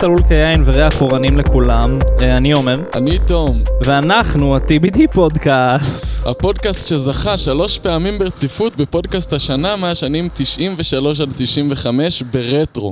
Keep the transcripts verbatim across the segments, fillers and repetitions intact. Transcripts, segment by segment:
צלול כיין וריח אורנים לכולם. אני עומר. אני תום. ואנחנו ה-טי בי די פודקאסט. הפודקאסט שזכה שלוש פעמים ברציפות בפודקאסט השנה מהשנים תשעים ושלוש עד תשעים וחמש ברטרו.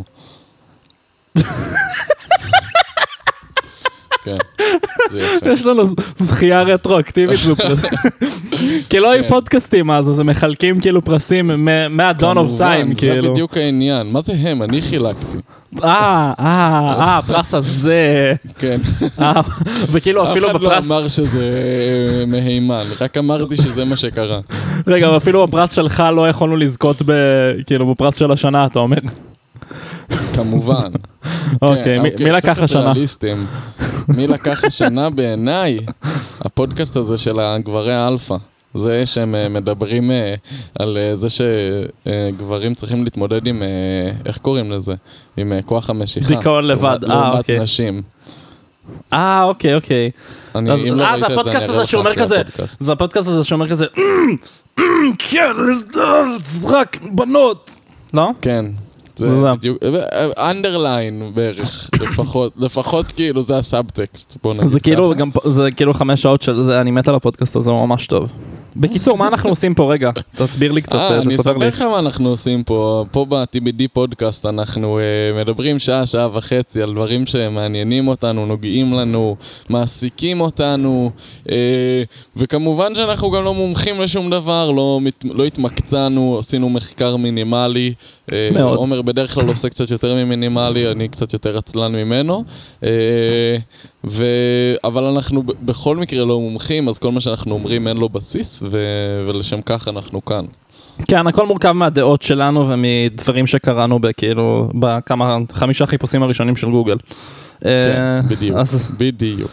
כן, זה יפה. יש לנו זכייה רטרואקטיבית בפרסים. כי לא היו פודקאסטים אז, אז הם מחלקים כאילו פרסים מה-Dawn of Time. זה בדיוק העניין. מה זה הם? אני חילקתי. אה, אה, אה, הפרס הזה. כן. וכאילו אפילו בפרס... אף אחד לא אמר שזה מהימן, רק אמרתי שזה מה שקרה. רגע, אבל אפילו בפרס שלך לא יכולנו לזכות כאילו בפרס של השנה, אתה אומר. כמובן. אוקיי, מי לקח השנה? מי לקח השנה בעיניי? הפודקאסט הזה של הגברי האלפא. זה שהם מדברים על זה שגברים צריכים להתמודד עם, איך קוראים לזה? עם כוח המשיכה. דיכאון לבד, אה, אוקיי. לעומת נשים. אה, אוקיי, אוקיי. אז זה הפודקאסט הזה שאומר כזה, זה הפודקאסט הזה שאומר כזה, כן, רק בנות. לא? כן. זה בדיוק, אנדרליין בערך, לפחות, לפחות כאילו זה הסאבטקסט. זה כאילו, זה כאילו חמש שעות של זה, אני מת על הפודקאסט הזה, הוא ממש טוב. בקיצור, מה אנחנו עושים פה רגע? תסביר לי קצת, תספר לי. אני אספר לך מה אנחנו עושים פה. פה ב-טי בי די פודקאסט אנחנו מדברים שעה, שעה וחצי על דברים שמעניינים אותנו, נוגעים לנו, מעסיקים אותנו, וכמובן שאנחנו גם לא מומחים לשום דבר, לא התמקצענו, עשינו מחקר מינימלי. מאוד. עומר בדרך כלל עושה קצת יותר ממינימלי, אני קצת יותר עצלן ממנו. ו... אבל אנחנו בכל מקרה לא מומחים, אז כל מה שאנחנו אומרים אין לו בסיס, ו... ולשם כך אנחנו כאן. כן, הכל מורכב מהדעות שלנו ומדברים שקראנו בכאילו, בכמה, חמישה חיפושים הראשונים של גוגל. כן, בדיוק, אז... בדיוק.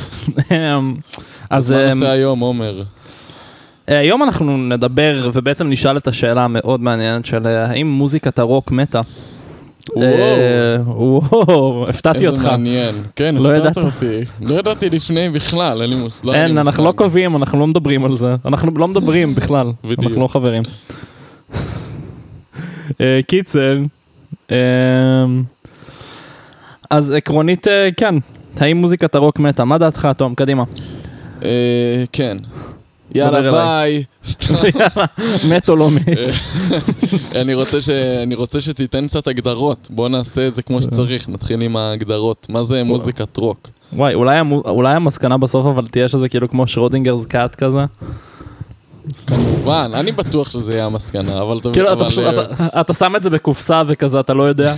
אז מה נעשה היום, עומר? היום אנחנו נדבר ובעצם נשאל את השאלה המאוד מעניינת של האם מוזיקת הרוק מתה? וואו, הפתעתי אותך. איזה מעניין. כן, הפתעת אותי. לא ידעתי לפני בכלל, אין לי מושג. אין, אנחנו לא קובעים, אנחנו לא מדברים על זה. אנחנו לא מדברים בכלל. אנחנו לא חברים. קיצר. אז עקרונית, כן. האם מוזיקת הרוק מתה? מה דעתך, תום? קדימה. כן. יאללה, ביי. מת או לא מת. אני רוצה שתיתן קצת הגדרות. בוא נעשה את זה כמו שצריך. נתחיל עם ההגדרות. מה זה מוזיקת רוק? וואי, אולי המסקנה בסוף אבל תהיה שזה כאילו כמו שרודינגרס קאט כזה? כמובן, אני בטוח שזה יהיה המסקנה, אבל... כאילו, אתה שם את זה בקופסה וכזה, אתה לא יודע.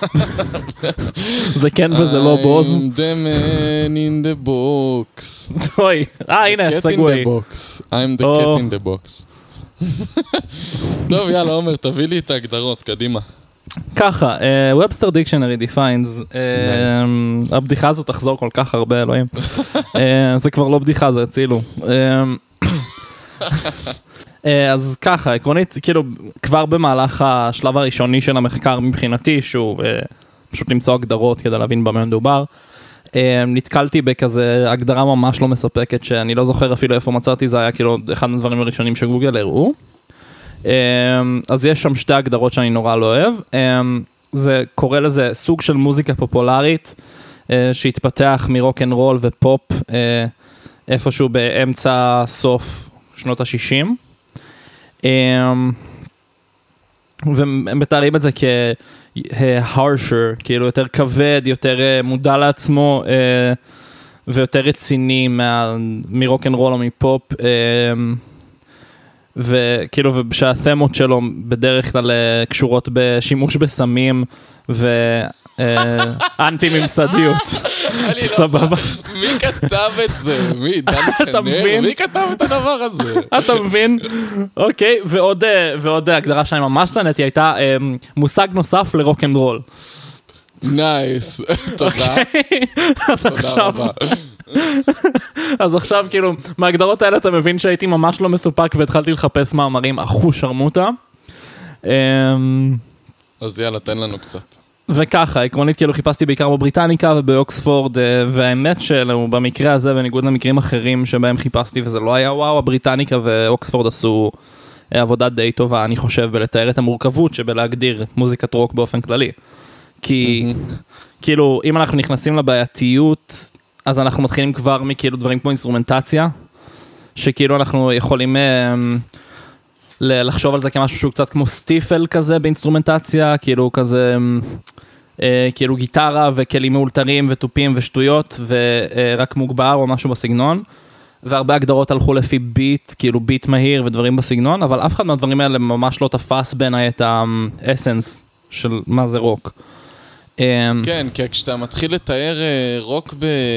זה כן וזה לא בוז. I'm the man in the box. אוי, אה, הנה, סגווי. I'm the cat in the box. טוב, יאללה, עומר, תביא לי את ההגדרות, קדימה. ככה, Webster Dictionary defines, הבדיחה הזאת תחזור כל כך הרבה, אלוהים. זה כבר לא בדיחה, זה הצילו. אז ככה, עקרונית, כאילו, כבר במהלך השלב הראשוני של המחקר מבחינתי, שהוא פשוט למצוא הגדרות כדי להבין במה מדובר, נתקלתי בכזה הגדרה ממש לא מספקת, שאני לא זוכר אפילו איפה מצאתי, זה היה כאילו אחד מהדברים הראשונים שגוגל הראו. אז יש שם שתי הגדרות שאני נורא לא אוהב. זה קורא לזה סוג של מוזיקה פופולרית, שהתפתח מרוק אנד רול ופופ, איפשהו באמצע סוף שנות ה-שישים. והם מתארים את זה כ-harsher, כאילו יותר כבד, יותר מודע לעצמו, ויותר רציני מרוק אנד רול או מפופ. וכאילו, ושהתמות שלו בדרך כלל קשורות בשימוש בסמים ואנטי ממסדיות. סבבה. מי כתב את זה? מי? דן כנר? מי כתב את הדבר הזה? אתה מבין? אוקיי, ועוד הגדרה שאני ממש שנאתי הייתה מושג נוסף לרוק אנד רול. נייס. תודה. אז עכשיו... אז עכשיו כאילו, מההגדרות האלה אתה מבין שהייתי ממש לא מסופק והתחלתי לחפש מאמרים אחו שרמוטה. אז יאללה, תן לנו קצת. וככה, עקרונית כאילו חיפשתי בעיקר בבריטניקה ובאוקספורד, והאמת שלו במקרה הזה, בניגוד למקרים אחרים שבהם חיפשתי, וזה לא היה וואו, הבריטניקה ואוקספורד עשו עבודה די טובה, אני חושב, בלתאר את המורכבות שבלהגדיר מוזיקת רוק באופן כללי. כי כאילו, אם אנחנו נכנסים לבעייתיות, אז אנחנו מתחילים כבר מכאילו דברים כמו אינסטרומנטציה, שכאילו אנחנו יכולים אה, לחשוב על זה כמשהו שהוא קצת כמו סטיפל כזה באינסטרומנטציה, כאילו כזה, אה, כאילו גיטרה וכלים מאולתרים וטופים ושטויות, ורק מוגבר או משהו בסגנון, והרבה הגדרות הלכו לפי ביט, כאילו ביט מהיר ודברים בסגנון, אבל אף אחד מהדברים האלה ממש לא תפס בעיניי את האסנס של מה זה רוק. כן, כי כשאתה מתחיל לתאר רוק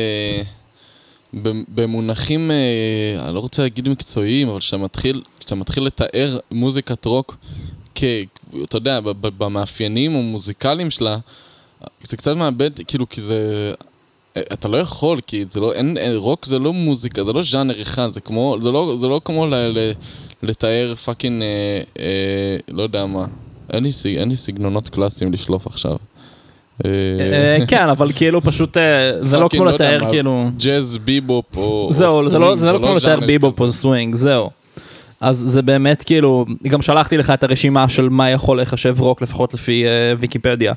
במונחים, אני לא רוצה להגיד מקצועיים, אבל כשאתה מתחיל, כשאתה מתחיל לתאר מוזיקת רוק, אתה יודע, במאפיינים המוזיקליים שלה, זה קצת מאבד, כאילו, כי זה... אתה לא יכול, כי זה לא, אין, רוק זה לא מוזיקה, זה לא ז'אנר אחד, זה כמו, זה לא, זה לא כמו ל, ל, לתאר פאקינג, אה, אה, לא יודע מה, אין לי, אין לי סגנונות קלאסיים לשלוף עכשיו. כן, אבל כאילו פשוט, זה לא כמו לתאר כאילו... ג'אז, ביבופ או סווינג. זהו, זה לא כמו לתאר ביבופ או סווינג, זהו. אז זה באמת כאילו, גם שלחתי לך את הרשימה של מה יכול לחשב רוק, לפחות לפי ויקיפדיה.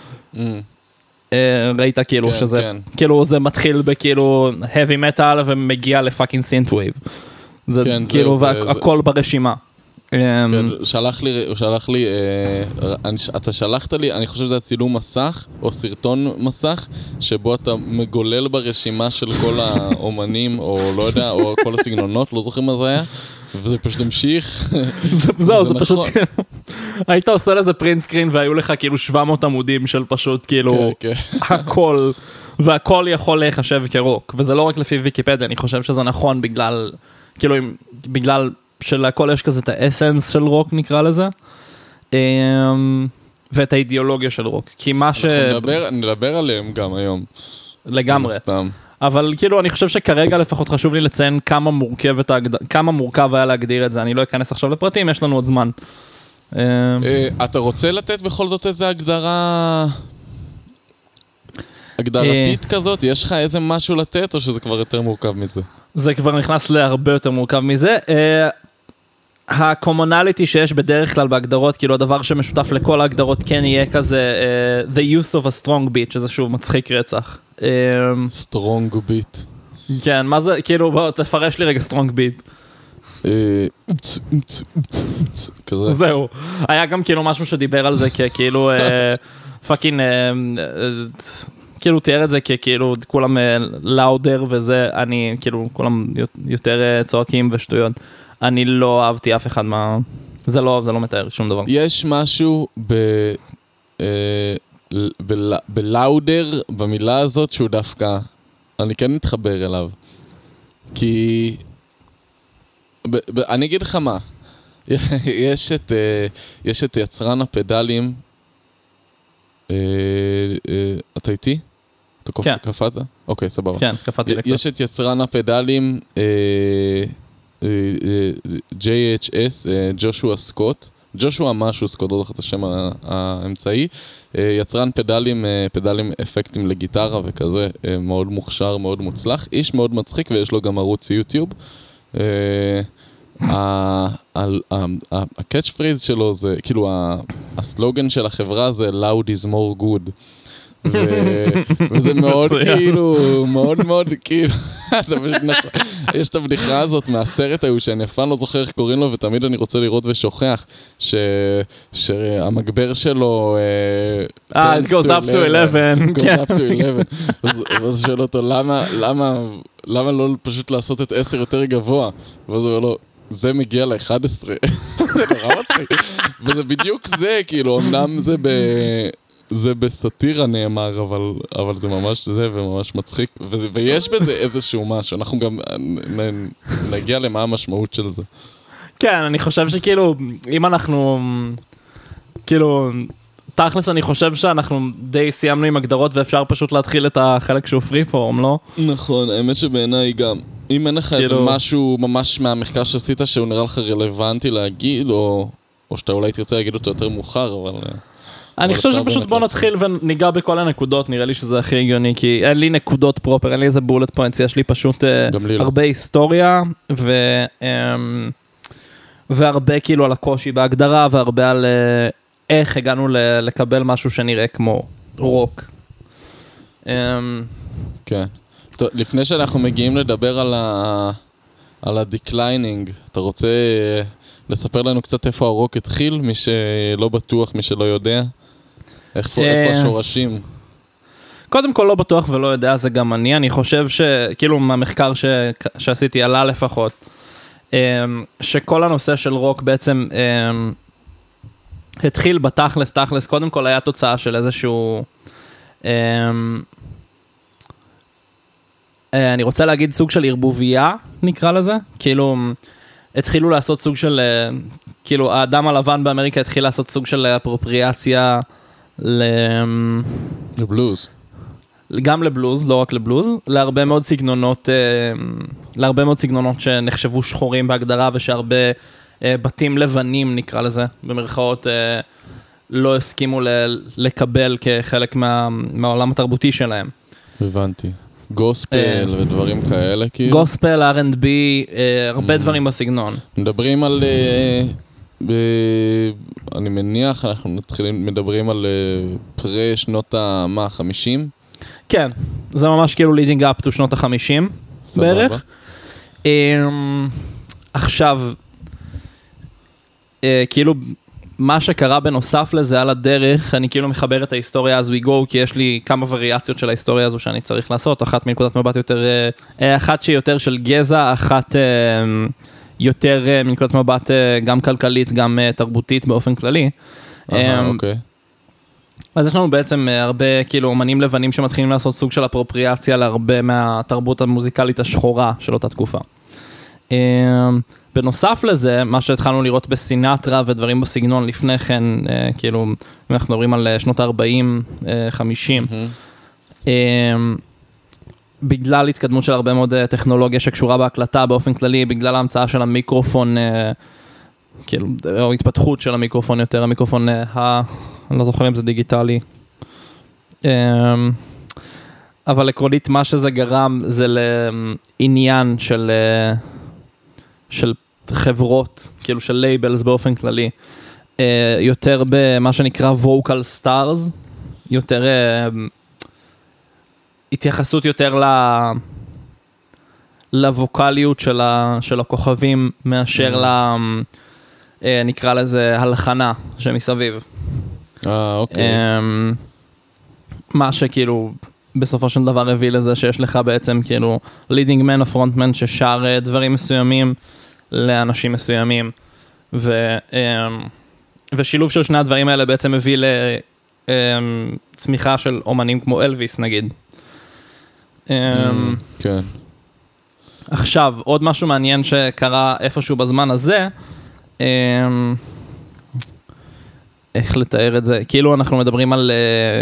ראית כאילו שזה, כאילו זה מתחיל בכאילו heavy metal ומגיע לפאקינג synthwave. זה כאילו, והכל ברשימה. שלח לי, הוא שלח לי, אתה שלחת לי, אני חושב שזה הצילום מסך, או סרטון מסך, שבו אתה מגולל ברשימה של כל האומנים, או לא יודע, או כל הסגנונות, לא זוכר מה זה היה, וזה פשוט המשיך. זהו, זה פשוט, היית עושה לזה פרינט סקרין, והיו לך כאילו שבע מאות עמודים של פשוט כאילו, הכל, והכל יכול להיחשב כרוק, וזה לא רק לפי ויקיפדיה, אני חושב שזה נכון בגלל, כאילו, בגלל, שלכל יש כזה את האסנס של רוק נקרא לזה, ואת האידיאולוגיה של רוק, כי מה ש... נדבר עליהם גם היום. לגמרי. אבל כאילו אני חושב שכרגע לפחות חשוב לי לציין כמה מורכב, כמה מורכב היה להגדיר את זה, אני לא אכנס עכשיו לפרטים, יש לנו עוד זמן. אתה רוצה לתת בכל זאת איזה הגדרה... הגדרתית כזאת? יש לך איזה משהו לתת, או שזה כבר יותר מורכב מזה? זה כבר נכנס להרבה יותר מורכב מזה. הקומונליטי שיש בדרך כלל בהגדרות, כאילו הדבר שמשותף לכל ההגדרות כן יהיה כזה, the use of a strong beat, שזה שוב מצחיק רצח. strong beat. כן, מה זה, כאילו, בוא, תפרש לי רגע strong beat. כזה. זהו. היה גם כאילו משהו שדיבר על זה ככאילו, פאקינג, כאילו תיאר את זה ככאילו כולם לאודר וזה, אני כאילו כולם יותר צועקים ושטויות. אני לא אהבתי אף אחד מה... זה לא, זה לא מתאר שום דבר. יש משהו ב... בלאודר, במילה הזאת, שהוא דווקא... אני כן מתחבר אליו. כי... אני אגיד לך מה. יש את... יש את יצרן הפדלים... אתה איתי? כן. קפאת? אוקיי, סבבה. כן, קפאתי לקצת. יש את יצרן הפדלים... ג'יי אייץ' אס, ג'ושוע סקוט, ג'ושוע משהו סקוט, לא זוכר את השם האמצעי, יצרן פדלים, פדלים אפקטים לגיטרה וכזה, מאוד מוכשר, מאוד מוצלח, איש מאוד מצחיק ויש לו גם ערוץ יוטיוב. הקאץ' פריז שלו זה, כאילו הסלוגן של החברה זה loud is more good. וזה מאוד כאילו, מאוד מאוד כאילו, יש את הבדיחה הזאת מהסרט ההוא שאני אפילו לא זוכר איך קוראים לו ותמיד אני רוצה לראות ושוכח שהמגבר שלו אה, it goes up to eleven goes up to eleven ואז שואל אותו למה לא פשוט לעשות את עשר יותר גבוה ואז הוא אומר לו זה מגיע ל-אחד עשרה זה נורא מצחיק וזה בדיוק זה כאילו, אמנם זה ב... זה בסטירה נאמר, אבל, אבל זה ממש זה וממש מצחיק, ו- ויש בזה איזשהו משהו, אנחנו גם נ- נגיע למה המשמעות של זה. כן, אני חושב שכאילו, אם אנחנו, כאילו, תכלס אני חושב שאנחנו די סיימנו עם הגדרות, ואפשר פשוט להתחיל את החלק שהוא פרי פורם, לא? נכון, האמת שבעיניי גם, אם אין לך כאילו... איזה משהו ממש מהמחקר שעשית, שהוא נראה לך רלוונטי להגיד, או, או שאתה אולי תרצה להגיד אותו יותר מאוחר, אבל... אני חושב שפשוט בוא נתחיל וניגע בכל הנקודות, נראה לי שזה הכי הגיוני, כי אין לי נקודות פרופר, אין לי איזה בולט פוינטס, יש לי פשוט הרבה היסטוריה, והרבה כאילו על הקושי בהגדרה, והרבה על איך הגענו לקבל משהו שנראה כמו רוק. כן. טוב, לפני שאנחנו מגיעים לדבר על ה... על הדקליינינג, אתה רוצה לספר לנו קצת איפה הרוק התחיל, מי שלא בטוח, מי שלא יודע? איפה, איפה השורשים? קודם כל לא בטוח ולא יודע, זה גם אני, אני חושב שכאילו מהמחקר ש... שעשיתי עלה לפחות, שכל הנושא של רוק בעצם התחיל בתכלס, תכלס, קודם כל היה תוצאה של איזשהו, אני רוצה להגיד סוג של ערבוביה, נקרא לזה, כאילו התחילו לעשות סוג של, כאילו האדם הלבן באמריקה התחיל לעשות סוג של אפרופריאציה ל... לבלוז. גם לבלוז, לא רק לבלוז, להרבה מאוד סגנונות, להרבה מאוד סגנונות שנחשבו שחורים בהגדרה, ושהרבה בתים לבנים, נקרא לזה, במרכאות, לא הסכימו לקבל כחלק מה, מהעולם התרבותי שלהם. הבנתי. גוספל ודברים כאלה, כאילו? גוספל, אר אנד בי, הרבה דברים בסגנון. מדברים על... אני מניח, אנחנו מתחילים, מדברים על פרי שנות מה, חמישים? כן, זה ממש כאילו leading up to שנות החמישים בערך. עכשיו, כאילו, מה שקרה בנוסף לזה על הדרך, אני כאילו מחבר את ההיסטוריה as we go, כי יש לי כמה וריאציות של ההיסטוריה הזו שאני צריך לעשות, אחת מנקודת מבט יותר, אחת שיותר של גזע, אחת יותר מנקודת מבט גם כלכלית, גם תרבותית באופן כללי. אהה, אוקיי. אז יש לנו בעצם הרבה כאילו אומנים לבנים שמתחילים לעשות סוג של אפרופריאציה להרבה מהתרבות המוזיקלית השחורה של אותה תקופה. בנוסף לזה, מה שהתחלנו לראות בסינטרה ודברים בסגנון לפני כן, כאילו, אנחנו מדברים על שנות ה-ארבעים, חמישים, בגלל התקדמות של הרבה מאוד טכנולוגיה שקשורה בהקלטה באופן כללי, בגלל ההמצאה של המיקרופון, כאילו, או התפתחות של המיקרופון יותר, המיקרופון, ה... אני לא זוכר אם זה דיגיטלי. אבל עקרונית, מה שזה גרם זה לעניין של, של חברות, כאילו של לייבלס באופן כללי, יותר במה שנקרא vocal stars, יותר התייחסות יותר ל... לווקליות של, ה... של הכוכבים, מאשר ל... נקרא לזה הלחנה שמסביב. אה, אוקיי. מה שכאילו בסופו של דבר הביא לזה שיש לך בעצם כאילו leading man או frontman ששר דברים מסוימים לאנשים מסוימים, ו, ושילוב של שני הדברים האלה בעצם הביא לצמיחה של אומנים כמו אלוויס נגיד. כן. עכשיו, עוד משהו מעניין שקרה איפשהו בזמן הזה, איך לתאר את זה? כאילו אנחנו מדברים על...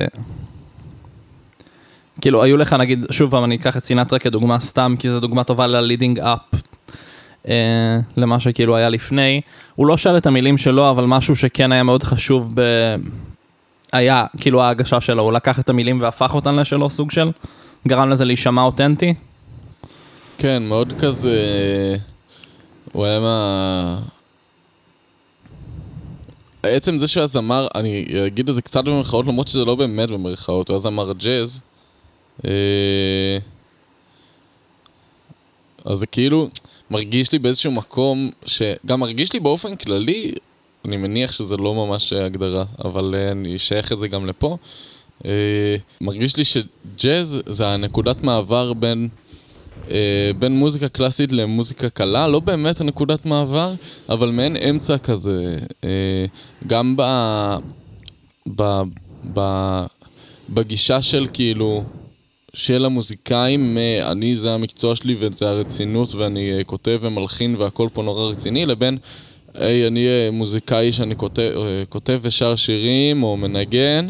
כאילו היו לך נגיד, שוב פעם אני אקח את סינטרה כדוגמה סתם, כי זו דוגמה טובה ל-leading up, למה שכאילו היה לפני. הוא לא שר את המילים שלו, אבל משהו שכן היה מאוד חשוב ב... היה כאילו ההגשה שלו, הוא לקח את המילים והפך אותן לשלו סוג של, גרם לזה להישמע אותנטי. כן, מאוד כזה... הוא היה מה... בעצם זה שהוא הזמר, אני אגיד את זה קצת במרכאות, למרות שזה לא באמת במרכאות, הוא הזמר ג'אז. אז זה כאילו מרגיש לי באיזשהו מקום, שגם מרגיש לי באופן כללי, אני מניח שזה לא ממש הגדרה, אבל אני אשייך את זה גם לפה. מרגיש לי שג'אז זה הנקודת מעבר בין... בין מוזיקה קלאסית למוזיקה קלה, לא באמת הנקודת מעבר, אבל מעין אמצע כזה, גם ב, ב, ב, בגישה של כאילו, של המוזיקאים, אני זה המקצוע שלי וזה הרצינות ואני כותב ומלחין והכל פה נורא רציני, לבין היי, אני מוזיקאי שאני כותב, כותב ושר שירים או מנגן,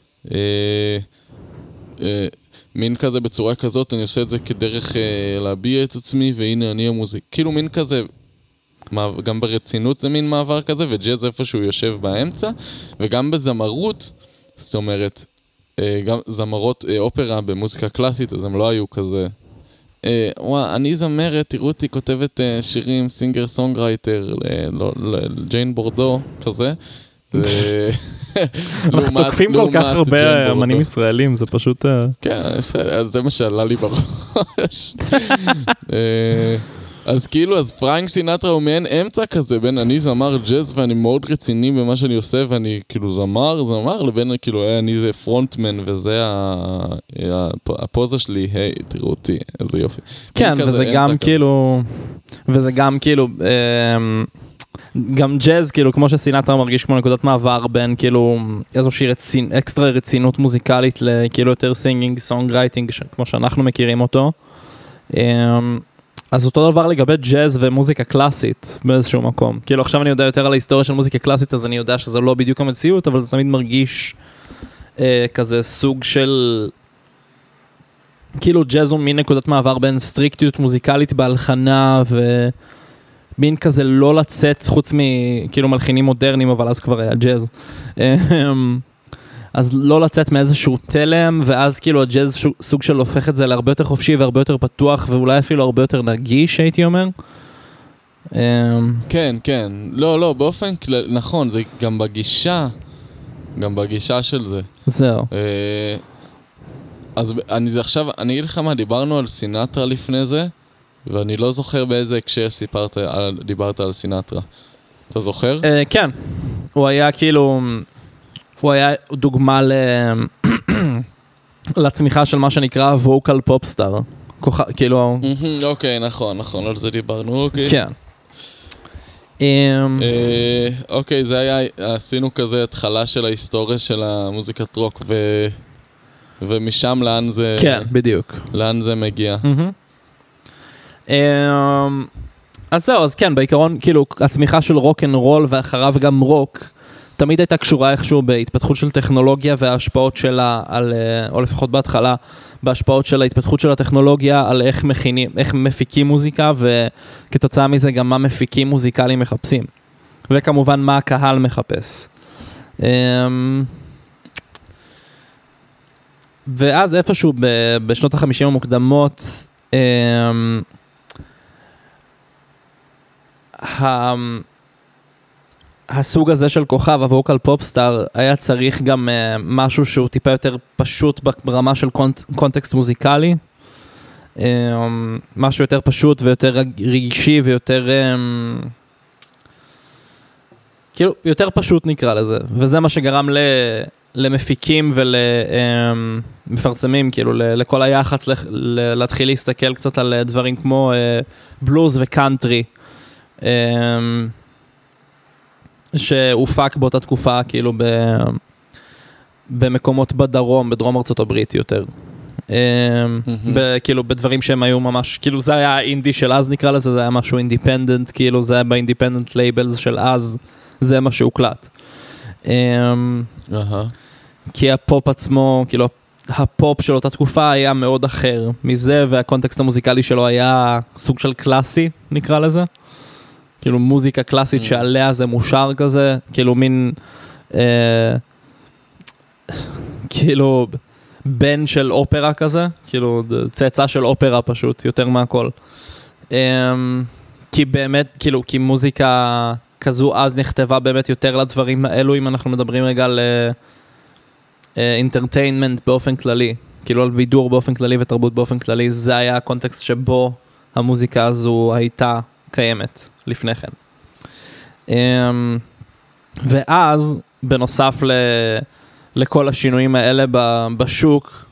מין כזה בצורה כזאת, אני עושה את זה כדרך אה, להביע את עצמי, והנה אני המוזיק. כאילו מין כזה, גם ברצינות זה מין מעבר כזה, וג'אז איפשהו יושב באמצע, וגם בזמרות, זאת אומרת, אה, גם זמרות אה, אופרה במוזיקה קלאסית, אז הם לא היו כזה. אה, וואה, אני זמרת, תראו אותי, כותבת אה, שירים, סינגר סונגרייטר, לג'יין בורדו, כזה. אנחנו תוקפים כל כך הרבה אמנים ישראלים, זה פשוט... כן, זה מה שעלה לי בראש. אז כאילו, אז פרנק סינטרה הוא מעין אמצע כזה, בין אני זמר ג'אז ואני מאוד רציני במה שאני עושה, ואני כאילו זמר, זמר, לבין כאילו אני זה פרונטמן, וזה הפוזה שלי, היי, תראו אותי, איזה יופי. כן, וזה גם כאילו, וזה גם כאילו, גם ג'אז, כאילו, כמו שסינטרה מרגיש כמו נקודת מעבר בין כאילו איזושהי רצין, אקסטרה רצינות מוזיקלית לכאילו יותר סינגינג, סונג רייטינג, כמו שאנחנו מכירים אותו. אז אותו דבר לגבי ג'אז ומוזיקה קלאסית באיזשהו מקום. כאילו עכשיו אני יודע יותר על ההיסטוריה של מוזיקה קלאסית, אז אני יודע שזה לא בדיוק המציאות, אבל זה תמיד מרגיש אה, כזה סוג של... כאילו ג'אז הוא מין נקודת מעבר בין סטריקטיות מוזיקלית בהלחנה, ומין כזה לא לצאת חוץ מכאילו מלחינים מודרניים, אבל אז כבר היה ג'אז. אז לא לצאת מאיזשהו תלם, ואז כאילו הג'אז סוג של הופך את זה להרבה יותר חופשי והרבה יותר פתוח, ואולי אפילו הרבה יותר נגיש, הייתי אומר. כן, כן. לא, לא, באופן כלל, נכון, זה גם בגישה, גם בגישה של זה. זהו. אז אני עכשיו, אני אגיד לך מה, דיברנו על סינטרה לפני זה, ואני לא זוכר באיזה הקשר סיפרת, דיברת על סינטרה. אתה זוכר? כן. הוא היה כאילו... הוא היה דוגמה ל... לצמיחה של מה שנקרא ווקל פופסטאר. כאילו... אוקיי, נכון, נכון, על זה דיברנו, אוקיי. כן. אוקיי, זה היה, עשינו כזה התחלה של ההיסטוריה של המוזיקת רוק, ומשם לאן זה... כן, בדיוק. לאן זה מגיע. אז זהו, אז כן, בעיקרון, כאילו, הצמיחה של רוק אנד רול, ואחריו גם רוק, תמיד הייתה קשורה איכשהו בהתפתחות של טכנולוגיה וההשפעות שלה על, או לפחות בהתחלה, בהשפעות של ההתפתחות של הטכנולוגיה על איך מכינים, איך מפיקים מוזיקה, וכתוצאה מזה גם מה מפיקים מוזיקליים מחפשים. וכמובן מה הקהל מחפש. ואז איפשהו בשנות החמישים המוקדמות, הסוג הזה של כוכב, הווקל פופסטאר, היה צריך גם uh, משהו שהוא טיפה יותר פשוט ברמה של קונט, קונטקסט מוזיקלי. Um, משהו יותר פשוט ויותר רגשי ויותר... Um, כאילו, יותר פשוט נקרא לזה. וזה מה שגרם ל, למפיקים ולמפרסמים, um, כאילו, ל, לכל היחץ, ל, ל, להתחיל להסתכל קצת על דברים כמו uh, בלוז וקאנטרי. Um, שהופק באותה תקופה, כאילו, ב... במקומות בדרום, בדרום ארצות הברית יותר. כאילו, בדברים שהם היו ממש, כאילו, זה היה האינדי של אז נקרא לזה, זה היה משהו אינדיפנדנט, כאילו, זה היה באינדיפנדנט לייבלס של אז, זה מה שהוקלט. כי הפופ עצמו, כאילו, הפופ של אותה תקופה היה מאוד אחר מזה, והקונטקסט המוזיקלי שלו היה סוג של קלאסי, נקרא לזה. כאילו מוזיקה קלאסית שעליה זה מושר כזה, כאילו מין, אה, כאילו בן של אופרה כזה, כאילו צאצא של אופרה פשוט, יותר מהכל. אה, כי באמת, כאילו, כי מוזיקה כזו אז נכתבה באמת יותר לדברים האלו, אם אנחנו מדברים רגע על אינטרטיינמנט באופן כללי, כאילו על בידור באופן כללי ותרבות באופן כללי, זה היה הקונטקסט שבו המוזיקה הזו הייתה קיימת. לפני כן. ואז, בנוסף ל, לכל השינויים האלה בשוק,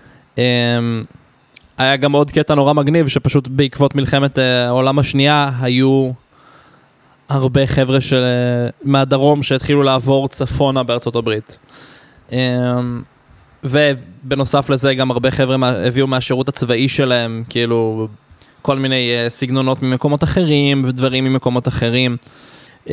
היה גם עוד קטע נורא מגניב, שפשוט בעקבות מלחמת העולם השנייה, היו הרבה חבר'ה של, מהדרום שהתחילו לעבור צפונה בארצות הברית. ובנוסף לזה, גם הרבה חבר'ה הביאו מהשירות הצבאי שלהם, כאילו... כל מיני uh, סגנונות ממקומות אחרים, ודברים ממקומות אחרים. Uh,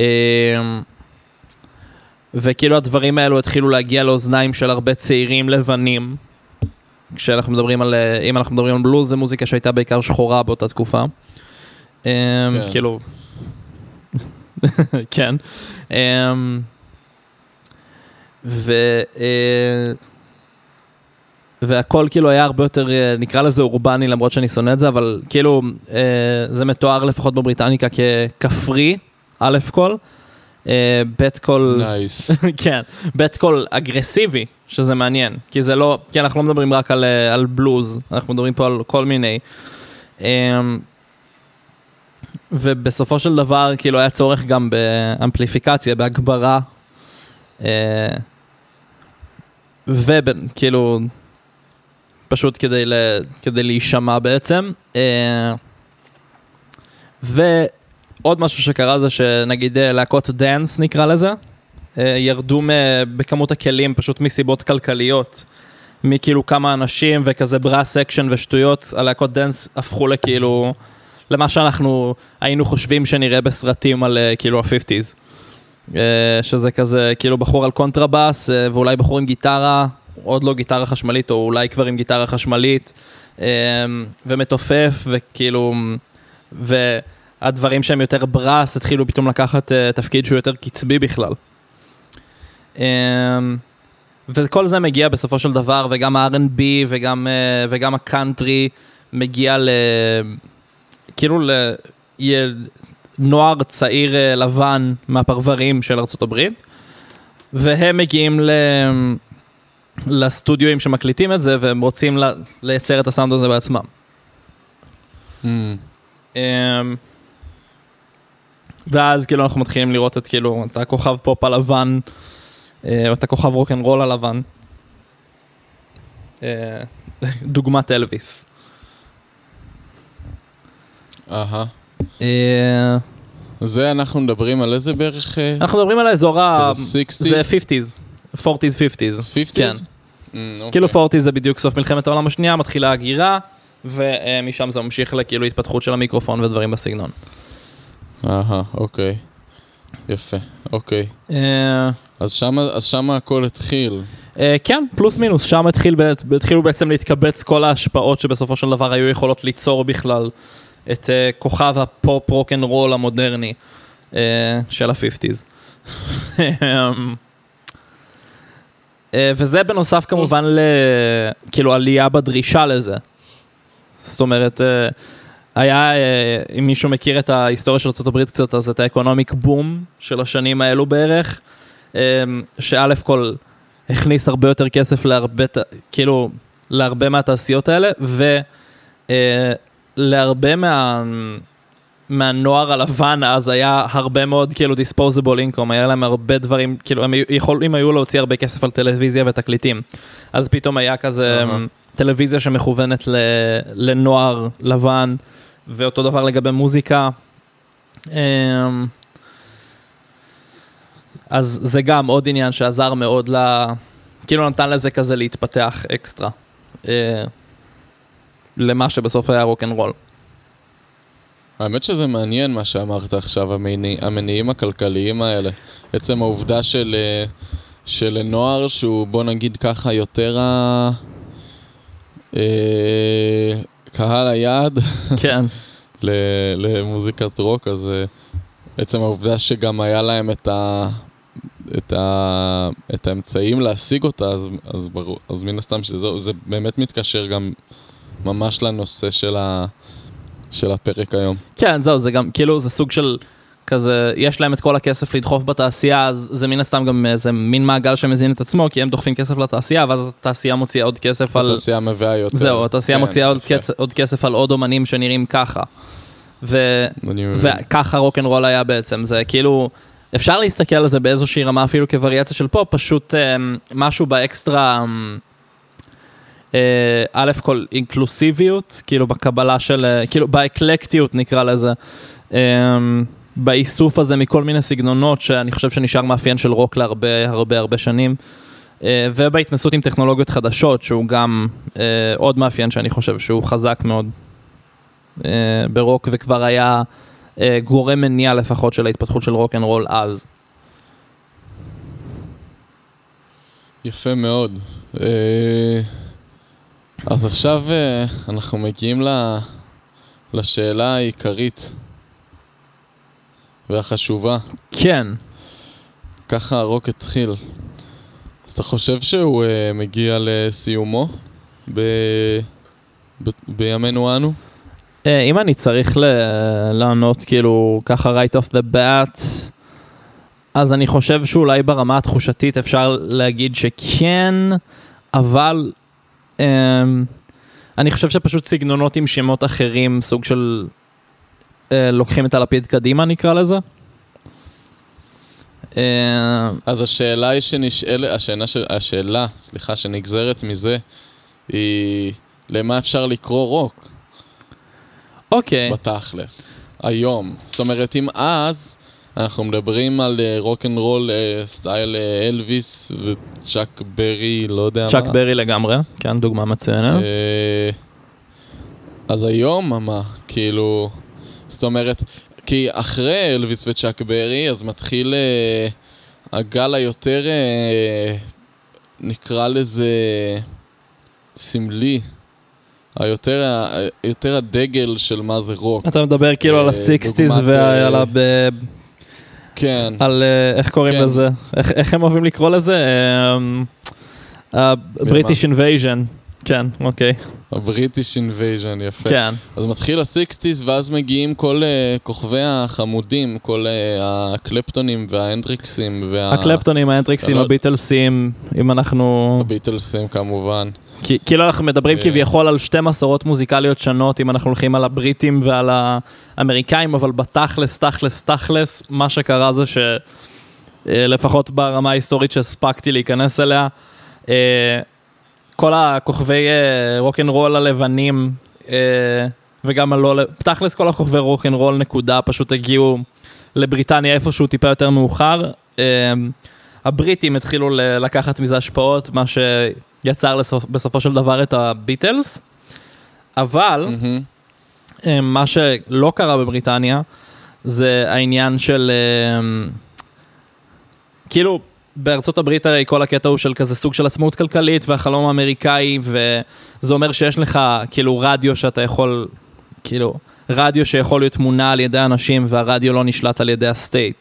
וכאילו הדברים האלו התחילו להגיע לאוזניים של הרבה צעירים לבנים. כשאנחנו מדברים על, uh, אם אנחנו מדברים על בלוז, זה מוזיקה שהייתה בעיקר שחורה באותה תקופה. Uh, כן. כאילו... כן. Uh, ו... Uh, והכל כאילו היה הרבה יותר, נקרא לזה אורבני, למרות שאני שונא את זה, אבל כאילו זה מתואר לפחות בבריטניקה ככפרי, א' כל, בית קול, נייס. כן, בית קול אגרסיבי, שזה מעניין, כי זה לא, כי אנחנו לא מדברים רק על, על בלוז, אנחנו מדברים פה על כל מיני, ובסופו של דבר, כאילו היה צורך גם באמפליפיקציה, בהגברה, וכאילו, פשוט כדי, ל, כדי להישמע בעצם, ועוד משהו שקרה זה שנגיד להקות דאנס נקרא לזה, ירדו בכמות הכלים פשוט מסיבות כלכליות, מכאילו כמה אנשים וכזה ברס אקשן ושטויות, הלהקות דאנס הפכו לכאילו, למה שאנחנו היינו חושבים שנראה בסרטים על כאילו ה-חמישים, שזה כזה כאילו בחור על קונטרבאס ואולי בחור עם גיטרה, עוד לא גיטרה חשמלית או אולי כבר עם גיטרה חשמלית, ומתופף וכאילו, והדברים שהם יותר ברס התחילו פתאום לקחת תפקיד שהוא יותר קצבי בכלל. וכל זה מגיע בסופו של דבר, וגם ה-אר אנד בי וגם, וגם הקאנטרי מגיע ל... כאילו לנוער צעיר לבן מהפרברים של ארצות הברית, והם מגיעים ל... לסטודיואים שמקליטים את זה, והם רוצים לייצר את הסאונד הזה בעצמם. Mm. ואז כאילו אנחנו מתחילים לראות את כאילו, את הכוכב פופ הלבן, או את הכוכב רוק'נ'רול הלבן. דוגמת אלוויס. אהה. זה אנחנו מדברים על איזה בערך? אנחנו מדברים על האזור ה... שישים? זה חמישים, ארבעים, חמישים. חמישים? כן. כאילו ארבעים זה בדיוק סוף מלחמת העולם השנייה, מתחילה הגירה, ומשם זה ממשיך לכאילו התפתחות של המיקרופון ודברים בסגנון. אהה, אוקיי. יפה, אוקיי. אז שמה הכל התחיל. כן, פלוס מינוס, שם התחילו בעצם להתקבץ כל ההשפעות שבסופו של דבר היו יכולות ליצור בכלל את כוכב הפופ רוק'נ'רול המודרני של ה-חמישים. וזה בנוסף כמובן כאילו עלייה בדרישה לזה. זאת אומרת, היה, אם מישהו מכיר את ההיסטוריה של ארצות הברית קצת, אז את האקונומיק בום של השנים האלו בערך, שא' כל הכניס הרבה יותר כסף להרבה, כאילו, להרבה מהתעשיות האלה, ולהרבה מה, מהנוער הלבן אז היה הרבה מאוד כאילו disposable income, היה להם הרבה דברים, כאילו הם יכולים היו להוציא הרבה כסף על טלוויזיה ותקליטים. אז פתאום היה כזה טלוויזיה שמכוונת לנוער לבן, ואותו דבר לגבי מוזיקה. אז זה גם עוד עניין שעזר מאוד, לה, כאילו נתן לזה כזה להתפתח אקסטרה, למה שבסוף היה רוק'נ'רול. האמת שזה מעניין מה שאמרת עכשיו, המניע, המניעים הכלכליים האלה. עצם העובדה של, של נוער שהוא, בוא נגיד ככה, יותר ה... קהל היעד. כן. למוזיקת רוק, אז עצם העובדה שגם היה להם את ה... את, ה... את האמצעים להשיג אותה, אז, אז, ברור, אז מן הסתם שזה זה באמת מתקשר גם ממש לנושא של ה... של הפרק היום. כן, זהו, זה גם, כאילו, זה סוג של, כזה, יש להם את כל הכסף לדחוף בתעשייה, אז זה מן הסתם גם איזה מין מעגל שמזין את עצמו, כי הם דוחפים כסף לתעשייה, ואז התעשייה מוציאה עוד כסף על... התעשייה מביאה יותר. זהו, התעשייה מוציאה עוד, כסף, עוד כסף על עוד אומנים שנראים ככה. ו... וככה רוק'נ'רול היה בעצם, זה כאילו, אפשר להסתכל על זה באיזושהי רמה, אפילו כווריאציה של פופ, פשוט משהו באקסטרה... א' כל אינקלוסיביות, כאילו בקבלה של, כאילו באקלקטיות נקרא לזה, באיסוף הזה מכל מיני סגנונות שאני חושב שנשאר מאפיין של רוק להרבה הרבה הרבה שנים, ובהתנסות עם טכנולוגיות חדשות, שהוא גם עוד מאפיין שאני חושב שהוא חזק מאוד ברוק, וכבר היה גורם מניע לפחות של ההתפתחות של רוק אנד רול אז. יפה מאוד. אז עכשיו אנחנו מגיעים לשאלה העיקרית והחשובה. כן. ככה הרוק התחיל. אז אתה חושב שהוא מגיע לסיומו ב... ב... בימינו אנו? אם אני צריך לענות כאילו ככה right off the bat, אז אני חושב שאולי ברמה התחושתית אפשר להגיד שכן, אבל אמ, אני חושב שפשוט סגנונות עם שמות אחרים, סוג של אה, לוקחים את הלפיד קדימה, נקרא לזה. אה, אז השאלה היא שנשאלה, השאלה, ש... השאלה, סליחה, שנגזרת מזה, היא למה אפשר לקרוא רוק? אוקיי. בתכלס, היום. זאת אומרת, אם אז אנחנו מדברים על רוק אנד רול סטייל אלוויס וצ'אק ברי, לא יודע מה. צ'אק ברי לגמרי, כן, דוגמה מצוינת. אז היום, מה? כאילו, זאת אומרת, כי אחרי אלוויס וצ'אק ברי, אז מתחיל הגל היותר, נקרא לזה, סמלי. היותר, יותר הדגל של מה זה רוק. אתה מדבר כאילו על ה-סיקסטיז ועל ה... כן. על איך קוראים לזה? איך הם אוהבים לקרוא לזה? ה-British Invasion. כן, אוקיי. ה-British Invasion, יפה. כן. אז מתחיל ה-סיקסטיז ואז מגיעים כל כוכבי החמודים, כל הקלפטונים וההנדריקסים. הקלפטונים, ההנדריקסים, הביטלסים, אם אנחנו... הביטלסים כמובן. כאילו אנחנו מדברים כביכול על שתי מסורות מוזיקליות שונות, אם אנחנו הולכים על הבריטים ועל האמריקאים, אבל בתכלס, תכלס, תכלס, מה שקרה זה שלפחות ברמה ההיסטורית שהספקתי להיכנס אליה, כל הכוכבי רוק-אנד-רול הלבנים, וגם הלא, תכלס כל הכוכבי רוק-אנד-רול נקודה, פשוט הגיעו לבריטניה איפשהו טיפה יותר מאוחר. הבריטים התחילו לקחת מזה השפעות, מה ש... יצר לסופ, בסופו של דבר את הביטלס, אבל mm-hmm. מה שלא קרה בבריטניה, זה העניין של, כאילו, בארצות הברית הרי כל הקטע הוא של כזה סוג של עצמאות כלכלית, והחלום האמריקאי, וזה אומר שיש לך כאילו רדיו שאתה יכול, כאילו, רדיו שיכול להיות מונע על ידי אנשים, והרדיו לא נשלט על ידי הסטייט.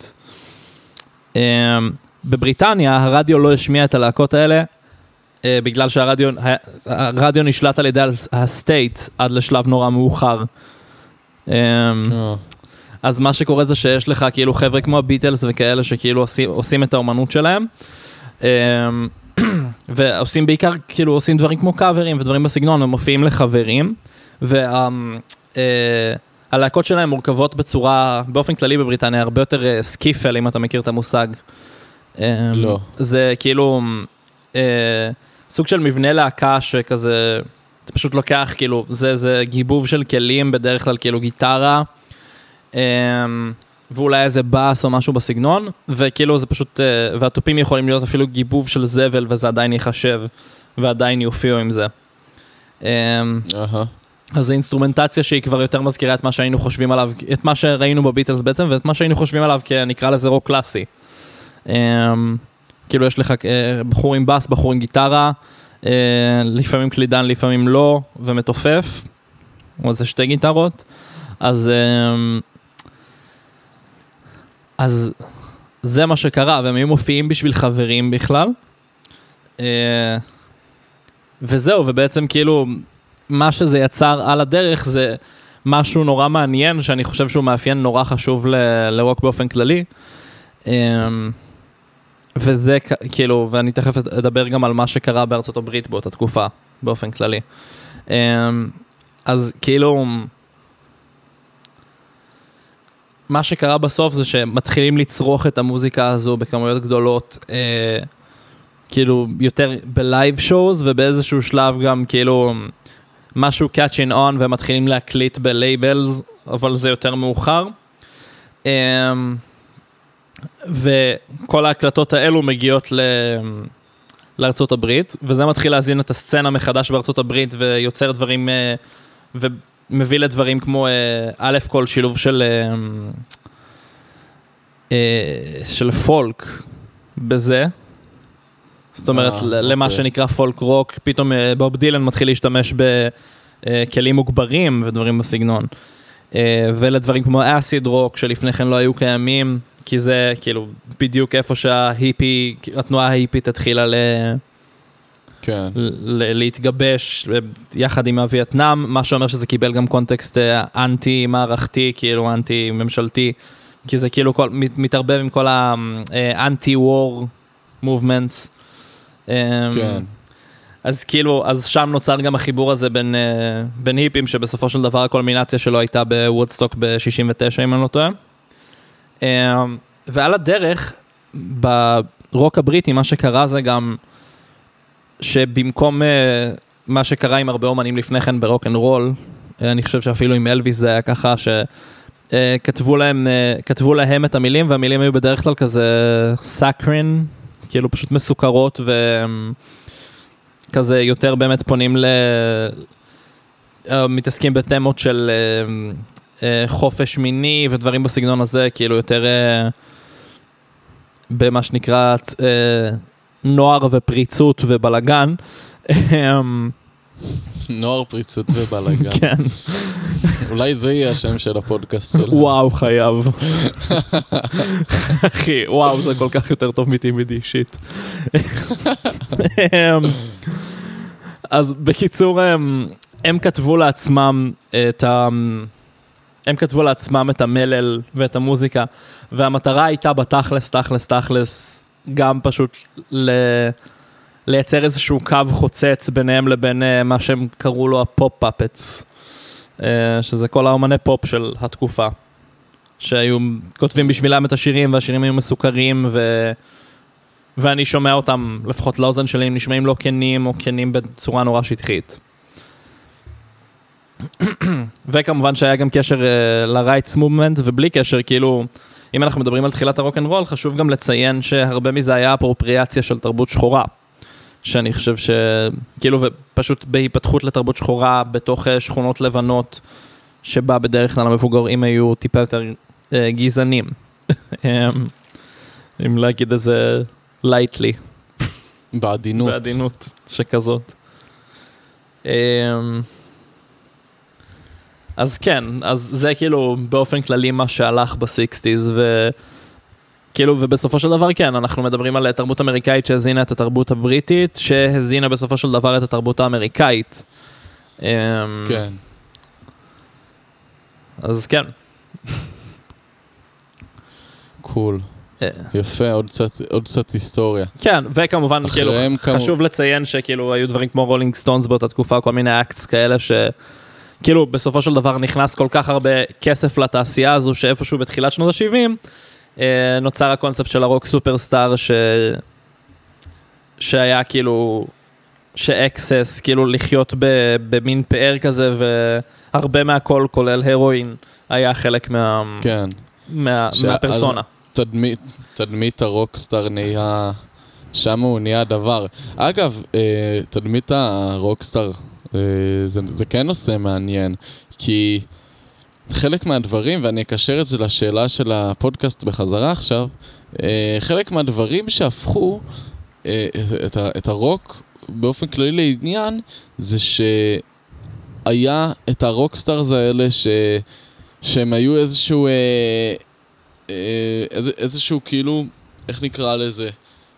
בבריטניה הרדיו לא השמיע את הלהקות האלה, בגלל שהרדיו הרדיו נשלט על ידי הסטייט עד לשלב נורא מאוחר. אז מה שקורה זה שיש לך כאילו חבר'ה כמו הביטלס וכאלה שכאילו עושים, עושים את האומנות שלהם, ועושים בעיקר כאילו עושים דברים כמו קאברים ודברים בסגנון, הם מופיעים לחברים, והלהקות שלהם מורכבות בצורה, באופן כללי בבריטניה, הרבה יותר סקיפל, אם אתה מכיר את המושג. לא. זה כאילו... סוג של מבנה להקה שכזה, זה פשוט לוקח, כאילו, זה, זה גיבוב של כלים, בדרך כלל כאילו גיטרה, ואולי איזה בס או משהו בסגנון, וכאילו זה פשוט, והטופים יכולים להיות אפילו גיבוב של זבל, וזה עדיין יחשב, ועדיין יופיעו עם זה. אז זה אינסטרומנטציה שהיא כבר יותר מזכירה את מה שהיינו חושבים עליו, את מה שראינו בביטלס בעצם, ואת מה שהיינו חושבים עליו, כי נקרא לזה רוק קלאסי. כאילו יש לך בחור עם בס, בחור עם גיטרה, לפעמים קלידן, לפעמים לא, ומתופף, או זה שתי גיטרות, אז, אז זה מה שקרה, והם היו מופיעים בשביל חברים בכלל, וזהו, ובעצם כאילו, מה שזה יצר על הדרך זה משהו נורא מעניין, שאני חושב שהוא מאפיין נורא חשוב ל- לרוק באופן כללי, וזה כאילו, ואני תכף אדבר גם על מה שקרה בארצות הברית באותה תקופה, באופן כללי. אז כאילו, מה שקרה בסוף זה שמתחילים לצרוך את המוזיקה הזו בכמויות גדולות, כאילו יותר בלייב שואוז, ובאיזשהו שלב גם כאילו משהו catching on, ומתחילים להקליט בלייבלס, אבל זה יותר מאוחר. וכל ההקלטות האלו מגיעות ל... לארצות הברית, וזה מתחיל להזין את הסצנה מחדש בארצות הברית, ויוצר דברים, ומביא לדברים כמו א' כל שילוב של, של פולק בזה, זאת אומרת, אה, למה אוקיי. שנקרא פולק רוק, פתאום בוב דילן מתחיל להשתמש בכלים מוגברים ודברים בסגנון, ולדברים כמו אסיד רוק, שלפני כן לא היו קיימים, כי זה כאילו בדיוק איפה שההיפי, התנועה ההיפית התחילה ל... כן. ל... להתגבש יחד עם הווייטנאם, מה שאומר שזה קיבל גם קונטקסט אנטי מערכתי, כאילו אנטי ממשלתי, כי זה כאילו כל, מתערבב עם כל האנטי-וור מובמנטס. כן. אז כאילו, אז שם נוצר גם החיבור הזה בין, בין היפים, שבסופו של דבר הקולמינציה שלו הייתה בוודסטוק ב-שישים ותשע, אם אני לא טועה. ועל הדרך, ברוק הבריטי, מה שקרה זה גם, שבמקום מה שקרה עם הרבה אומנים לפני כן ברוק אנד רול, אני חושב שאפילו עם אלוויס זה היה ככה, שכתבו להם, כתבו להם את המילים, והמילים היו בדרך כלל כזה סאקרין, כאילו פשוט מסוכרות, וכזה יותר באמת פונים ל... מתעסקים בתמות של חופש מיני ודברים בסגנון הזה, כאילו יותר במה שנקרא נוער ופריצות ובלגן. נוער, פריצות ובלגן. כן. אולי זה יהיה השם של הפודקאסט שלנו. וואו, חייב. אחי, וואו, זה כל כך יותר טוב מטימידי, שיט. אז בקיצור, הם, הם כתבו לעצמם את ה... הם כתבו לעצמם את המלל ואת המוזיקה, והמטרה הייתה בתכלס, תכלס, תכלס, גם פשוט ל... לייצר איזשהו קו חוצץ ביניהם לבין מה שהם קראו לו הפופ-פאפץ, שזה כל האומני פופ של התקופה, שהיו כותבים בשבילם את השירים, והשירים היו מסוכרים, ו... ואני שומע אותם, לפחות לאוזן שלי, נשמעים לא כנים, או כנים בצורה נורא שטחית. וכמובן שהיה גם קשר ל-Rights Movement, ובלי קשר, כאילו, אם אנחנו מדברים על תחילת הרוק אנד רול, חשוב גם לציין שהרבה מזה היה אפרופריאציה של תרבות שחורה. שאני חושב שכאילו, ופשוט בהיפתחות לתרבות שחורה, בתוך שכונות לבנות, שבה בדרך כלל המבוגרים היו טיפה יותר אה, גזענים. אם להגיד את זה lightly. בעדינות. בעדינות שכזאת. אז כן, אז זה כאילו באופן כללי מה שהלך ב-סיקסטיז, ו... כאילו, ובסופו של דבר כן, אנחנו מדברים על תרבות אמריקאית שהזינה את התרבות הבריטית, שהזינה בסופו של דבר את התרבות האמריקאית. כן. אז כן. קול. יפה, עוד קצת, עוד קצת היסטוריה. כן, וכמובן, כאילו, חשוב לציין שכאילו היו דברים כמו רולינג סטונס באותה תקופה, כל מיני אקטס כאלה ש... כאילו, בסופו של דבר נכנס כל כך הרבה כסף לתעשייה הזו, שאיפשהו בתחילת שנות ה-שבעים, נוצר הקונספט של הרוק סופרסטאר, ש... שהיה כאילו, שאקסס, כאילו לחיות ב... במין פאר כזה, והרבה מהכל, כולל הרואין, היה חלק מה... כן. מה... ש... מהפרסונה. תדמית, תדמית הרוקסטאר נהיה, שם הוא נהיה דבר. אגב, תדמית הרוקסטאר, זה, זה כן נושא מעניין, כי חלק מהדברים, ואני אקשר את זה לשאלה של הפודקאסט בחזרה עכשיו, חלק מהדברים שהפכו את, ה, את הרוק באופן כללי לעניין, זה שהיה את הרוקסטארס האלה ש, שהם היו איזשהו, איזה, איזשהו כאילו, איך נקרא לזה?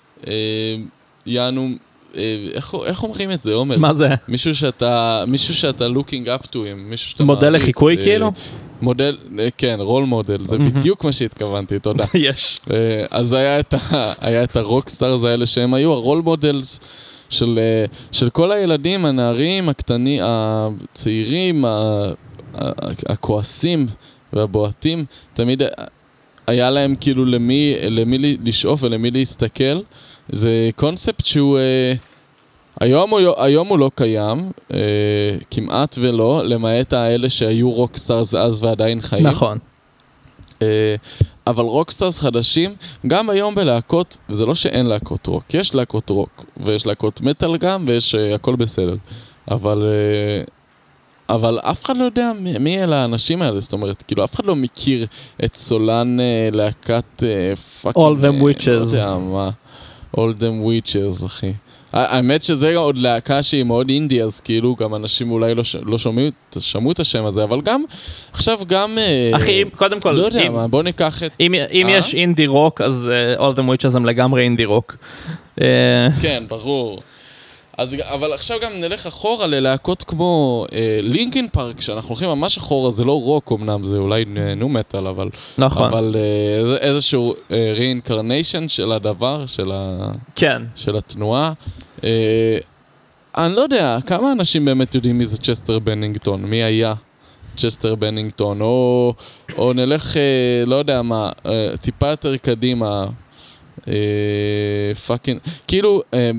יענו, איך, איך אומרים את זה, עומר? מה זה? מישהו שאתה, מישהו שאתה looking up to him, מישהו שאתה מודל לחיקוי כאילו? מודל, כן, רול מודל, זה בדיוק מה שהתכוונתי, תודה. יש. אז היה את, ה, היה את הרוקסטארס האלה שהם היו הרול מודלס של, של כל הילדים, הנערים, הקטנים, הצעירים, הכועסים והבועטים, תמיד היה להם כאילו למי, למי לשאוף ולמי להסתכל. זה קונספט שהוא, אה, היום, הוא, היום הוא לא קיים, אה, כמעט ולא, למעט האלה שהיו רוקסטארס אז ועדיין חיים. נכון. אה, אבל רוקסטארס חדשים, גם היום בלהקות, וזה לא שאין להקות רוק, יש להקות רוק, ויש להקות מטל גם, ויש אה, הכל בסדר. אבל, אה, אבל אף אחד לא יודע מי, מי אלה האנשים האלה, זאת אומרת, כאילו אף אחד לא מכיר את סולן אה, להקת אה, פאקינג... All them witches. לא יודע מה. All them witches, אחי. האמת שזה עוד להקה שהיא מאוד אינדי, אז כאילו גם אנשים אולי לא, ש... לא שומעים, שמעו את השם הזה, אבל גם, עכשיו גם... אחי, uh, קודם כל... לא יודע אם, מה, בוא ניקח את... אם, אם uh? יש אינדי רוק, אז uh, All them witches הם לגמרי אינדי רוק. כן, ברור. אז, אבל עכשיו גם נלך אחורה ללהקות כמו אה, לינקין פארק, שאנחנו הולכים ממש אחורה, זה לא רוק אמנם, זה אולי נו מטל, אבל, נכון. אבל אה, איזשהו אה, re-incarnation של הדבר, של, ה, כן. של התנועה. אה, אני לא יודע, כמה אנשים באמת יודעים מי זה צ'סטר בנינגטון? מי היה צ'סטר בנינגטון? או, או נלך, אה, לא יודע מה, אה, טיפה יותר קדימה, אה, פאקינג, כאילו, אה,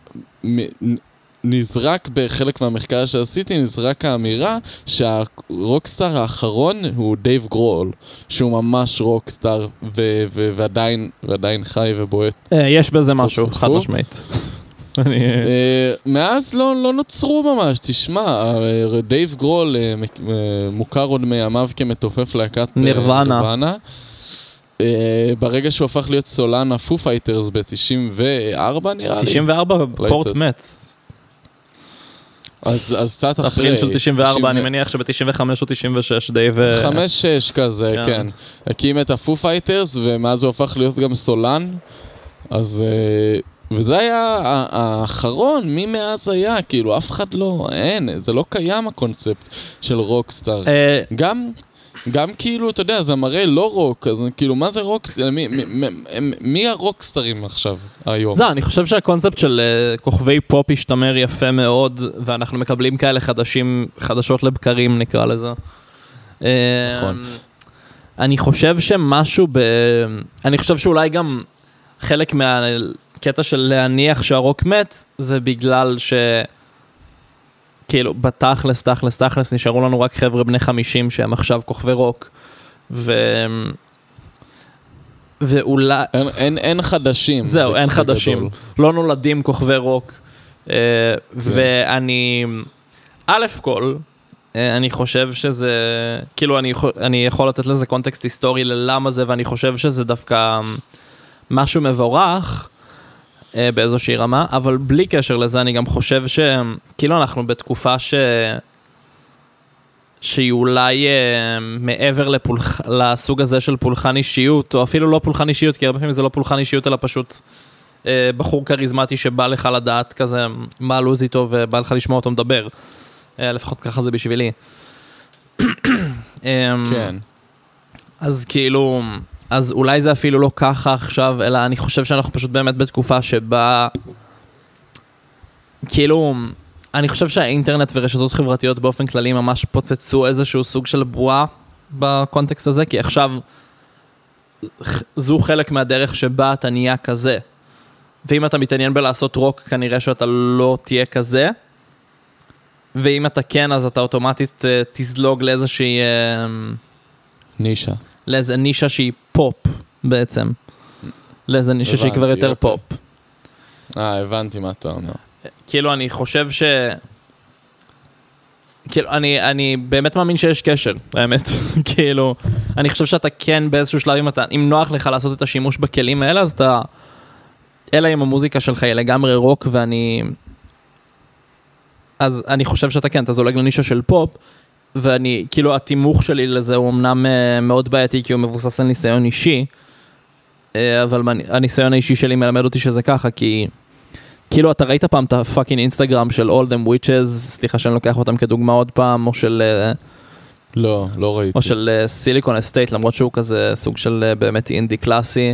נזרק בחלק מהמחקר שעשיתי, נזרק האמירה שהרוקסטאר האחרון הוא דייב גרול, שהוא ממש רוקסטאר ו- ו- ועדיין, ועדיין חי ובועט. יש בזה משהו, חד משמעית. מאז לא, לא נוצרו ממש, תשמע, דייב גרול מוכר עוד מימיו כמתופף להקת נירוונה. ברגע שהוא הפך להיות סולן הפו פייטרס ב-תשעים וארבע נראה לי. תשעים וארבע קורט מת. אז, אז קצת אחרי. אפריל של תשעים וארבע, אני מניח שב-תשעים וחמש או תשעים ושש די ו... חמש שש כזה, כן. כן. הקים את הפו פייטרס, ומאז הוא הפך להיות גם סולן. אז... וזה היה האחרון, מי מאז היה, כאילו אף אחד לא, אין, זה לא קיים הקונספט של רוקסטאר. גם... גם כאילו, אתה יודע, זה מראה לא רוק, אז כאילו, מה זה רוקסטר? מי, מי, מי, מי הרוקסטרים עכשיו, היום? זה, אני חושב שהקונספט של uh, כוכבי פופ השתמר יפה מאוד, ואנחנו מקבלים כאלה חדשים, חדשות לבקרים, נקרא לזה. נכון. אני חושב שמשהו ב... אני חושב שאולי גם חלק מהקטע של להניח שהרוק מת, זה בגלל ש... כאילו, בתכלס, תכלס, תכלס, נשארו לנו רק חבר'ה בני חמישים שהם עכשיו כוכבי רוק. ו... ואולי... אין, אין, אין חדשים. זהו, אין חדשים. גדול. לא נולדים כוכבי רוק. כן. ואני... א' כל, אני חושב שזה... כאילו, אני, אני יכול לתת לזה קונטקסט היסטורי ללמה זה, ואני חושב שזה דווקא משהו מבורך, באיזושהי רמה, אבל בלי קשר לזה, אני גם חושב שכאילו אנחנו בתקופה ש... שהיא אולי מעבר לפולח... לסוג הזה של פולחן אישיות, או אפילו לא פולחן אישיות, כי הרבה פעמים זה לא פולחן אישיות, אלא פשוט בחור כריזמטי שבא לך לדעת כזה מה הלוז איתו, ובא לך לשמוע אותו מדבר. לפחות ככה זה בשבילי. כן. אז כאילו... אז אולי זה אפילו לא ככה עכשיו, אלא אני חושב שאנחנו פשוט באמת בתקופה שבה... כאילו, אני חושב שהאינטרנט ורשתות חברתיות באופן כללי ממש פוצצו איזשהו סוג של בועה בקונטקסט הזה, כי עכשיו זו חלק מהדרך שבה אתה נהיה כזה. ואם אתה מתעניין בלעשות רוק, כנראה שאתה לא תהיה כזה. ואם אתה כן, אז אתה אוטומטית תזלוג לאיזושהי... נישה. לאיזה נישה שהיא פופ בעצם. לאיזה נישה שהיא כבר יותר פופ. אה, הבנתי מה אתה אומר. כאילו, אני חושב ש... כאילו, אני, אני באמת מאמין שיש קשר, האמת. כאילו, אני חושב שאתה כן באיזשהו שלב, אם אתה, אם נוח לך לעשות את השימוש בכלים האלה, אז אתה... אלא אם המוזיקה שלך היא לגמרי רוק, ואני... אז אני חושב שאתה כן, אתה זולג לנישה של פופ, ואני, כאילו, התימוך שלי לזה הוא אמנם מאוד בעייתי, כי הוא מבוסס על ניסיון אישי, אבל הניסיון האישי שלי מלמד אותי שזה ככה, כי, כאילו, אתה ראית פעם את הפאקינג אינסטגרם של All Them Witches, סליחה שאני לוקח אותם כדוגמה עוד פעם, או של... לא, לא ראיתי. או של סיליקון אסטייט, למרות שהוא כזה סוג של באמת אינדי קלאסי.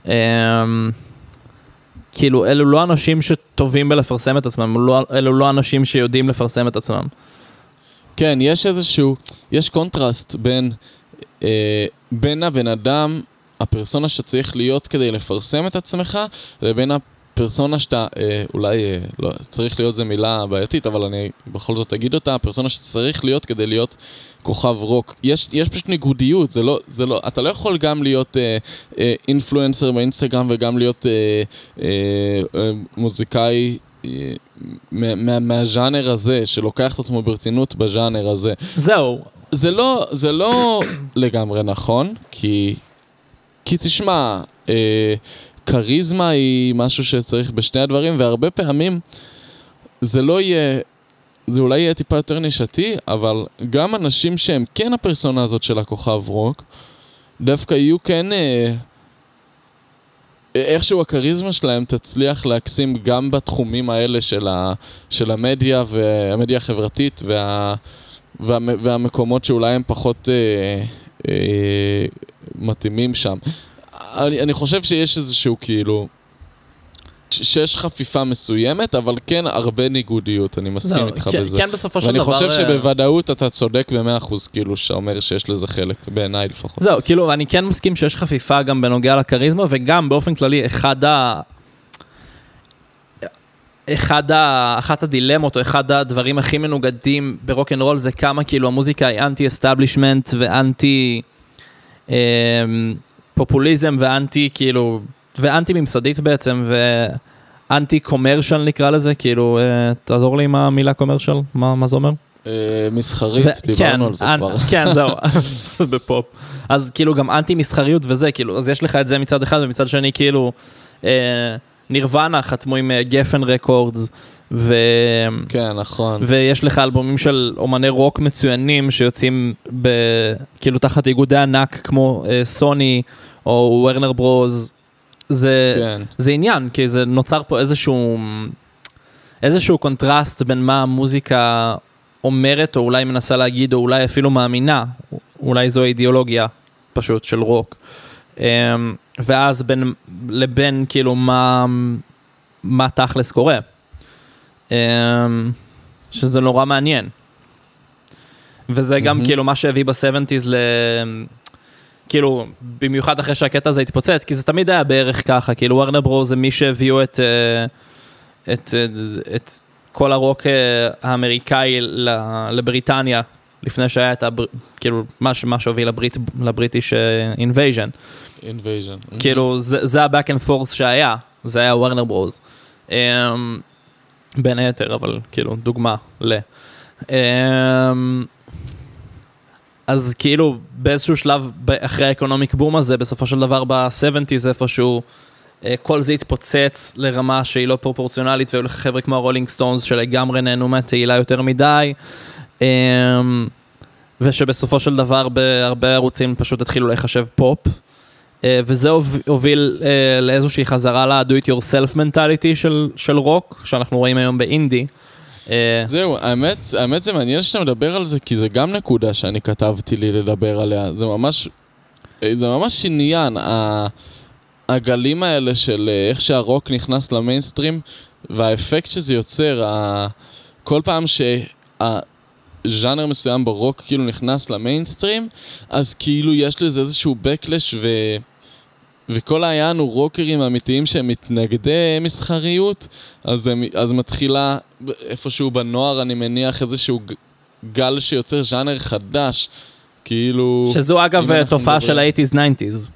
כאילו, אלו לא אנשים שטובים בלפרסם את עצמם, אלו לא אנשים שיודעים לפרסם את עצמם. כן, יש איזשהו, יש קונטרסט בין, אה, בין הבן אדם, הפרסונה שצריך להיות כדי לפרסם את עצמך, לבין הפרסונה שאתה, אה, אולי, אה, לא, צריך להיות זו מילה בעייתית, אבל אני בכל זאת אגיד אותה, הפרסונה שצריך להיות כדי להיות כוכב רוק. יש, יש פשוט ניגודיות, זה לא, זה לא, אתה לא יכול גם להיות אה, אה, אינפלואנסר באינסטגרם וגם להיות אה, אה, אה, מוזיקאי, מה, מהז'אנר הזה, שלוקח את עצמו ברצינות בז'אנר הזה. זהו. זה לא, זה לא לגמרי נכון, כי, כי תשמע, אה, קריזמה היא משהו שצריך בשני הדברים, והרבה פעמים זה לא יהיה, זה אולי יהיה טיפה יותר נישתי, אבל גם אנשים שהם כן הפרסונה הזאת של הכוכב רוק, דווקא יהיו כן... אה, איכשהו הכריזמה שלהם תצליח להקסים גם בתחומים האלה של, ה, של המדיה והמדיה החברתית וה, וה, והמקומות שאולי הם פחות אה, אה, מתאימים שם. אני, אני חושב שיש איזשהו כאילו, שיש חפיפה מסוימת, אבל כן הרבה ניגודיות, אני מסכים איתך כן, בזה. כן, בסופו של ואני דבר... חושב שבוודאות אתה צודק ב-מאה אחוז, כאילו, שאומר שיש לזה חלק, בעיניי לפחות. זהו, כאילו, אני כן מסכים שיש חפיפה גם בנוגע לקריזמה, וגם באופן כללי, אחד ה... אחד ה... אחת הדילמות, או אחד הדברים הכי מנוגדים ברוק אנד רול, זה כמה, כאילו, המוזיקה היא אנטי-אסטאבלישמנט, ואנטי... פופוליזם, ואנטי, כאילו... ואנטי ממסדית בעצם, ואנטי קומרשל נקרא לזה, כאילו, תעזור לי עם המילה קומרשל, מה, מה זה אומר? מסחרית, דיברנו על זה כבר. כן, זהו, בפופ. אז כאילו גם אנטי מסחריות וזה, כאילו, אז יש לך את זה מצד אחד, ומצד שני, כאילו, נירוונה חתמו עם גפן רקורדס, ו... כן, נכון. ויש לך אלבומים של אומני רוק מצוינים, שיוצאים ב... כאילו תחת איגודי ענק, כמו סוני, או וורנר ברוז, זה, כן. זה עניין, כי זה נוצר פה איזשהו, איזשהו קונטרסט בין מה המוזיקה אומרת, או אולי מנסה להגיד, או אולי אפילו מאמינה, אולי זו האידיאולוגיה פשוט של רוק. ואז בין, לבין כאילו מה, מה תכלס קורה. שזה נורא מעניין. וזה גם כאילו מה שהביא ב-שבעים ל... כאילו, במיוחד אחרי שהקטע הזה התפוצץ, כי זה תמיד היה בערך ככה, כאילו וורנר ברוז זה מי שהביאו את, את, את כל הרוק האמריקאי לבריטניה, לפני שהיה את, הבר... כאילו, מה, מה שהוביל לברית, לבריטיש אינבייז'ן. אינבייז'ן. כאילו, זה, זה ה-back and forth שהיה, זה היה וורנר ברוז. בין היתר, אבל כאילו, דוגמה ל... אז כאילו באיזשהו שלב אחרי האקונומיק בום הזה, בסופו של דבר ב-שבעים איפשהו, כל זה התפוצץ לרמה שהיא לא פרופורציונלית, והיו לך חבר'ה כמו הרולינג סטונס שלגמרי נהנו מהתהילה יותר מדי, ושבסופו של דבר בהרבה ערוצים פשוט התחילו להיחשב פופ, וזה הוביל לאיזושהי חזרה ל-do it yourself mentality של, של רוק, שאנחנו רואים היום באינדי, זהו, האמת, האמת זה מעניין שאתה מדבר על זה, כי זה גם נקודה שאני כתבתי לי לדבר עליה. זה ממש, זה ממש עניין, הגלים האלה של איך שהרוק נכנס למיינסטרים, והאפקט שזה יוצר, כל פעם שהז'אנר מסוים ברוק כאילו נכנס למיינסטרים, אז כאילו יש לזה איזשהו בקלש ו... וכל העניין הוא רוקרים אמיתיים שהם מתנגדי מסחריות, אז, אז מתחילה איפשהו בנוער, אני מניח, איזשהו גל שיוצר ז'אנר חדש, כאילו... שזו אגב תופעה של ה-שמונים תשעים.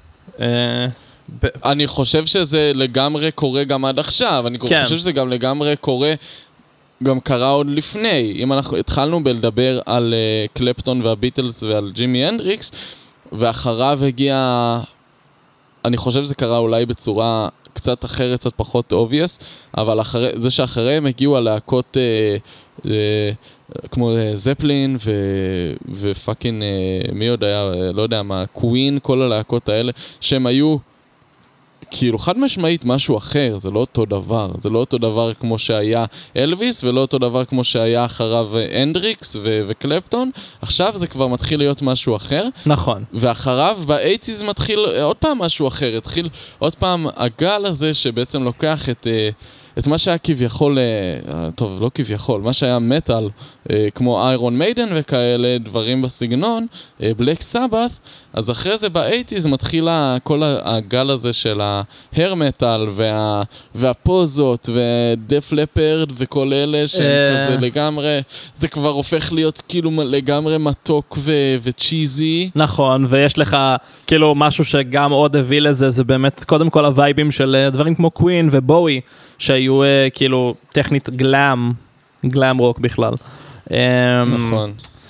אני חושב שזה לגמרי קורה גם עד עכשיו, אני כן. חושב שזה גם לגמרי קורה, גם קרה עוד לפני. אם אנחנו התחלנו בלדבר על uh, קלפטון והביטלס ועל ג'ימי הנדריקס, ואחריו הגיע... אני חושב שזה קרה אולי בצורה קצת אחרת, קצת פחות obvious, אבל אחרי, זה שאחריהם הגיעו הלהקות אה, אה, כמו אה, זפלין ו, ופאקינג, אה, מי עוד היה, אה, לא יודע מה, קווין, כל הלהקות האלה, שהם היו כאילו חד משמעית משהו אחר, זה לא אותו דבר, זה לא אותו דבר כמו שהיה אלוויס, ולא אותו דבר כמו שהיה אחריו הנדריקס ו- וקלפטון, עכשיו זה כבר מתחיל להיות משהו אחר. נכון. ואחריו ב-שמונים מתחיל עוד פעם משהו אחר, התחיל עוד פעם הגל הזה שבעצם לוקח את... את מה שהיה כביכול, טוב, לא כביכול, מה שהיה מטל, כמו איירון מיידן וכאלה, דברים בסגנון, בלק סבת, אז אחרי זה ב-שמונים מתחיל כל הגל הזה של ההר מטל, וה, והפוזות, ודף לפרד, וכל אלה שהם כזה לגמרי, זה כבר הופך להיות כאילו לגמרי מתוק ו- וצ'יזי. נכון, ויש לך כאילו משהו שגם עוד הביא לזה, זה באמת קודם כל הווייבים של דברים כמו קווין ובואי, שהיו כאילו טכנית גלאם, גלאם רוק בכלל. נכון.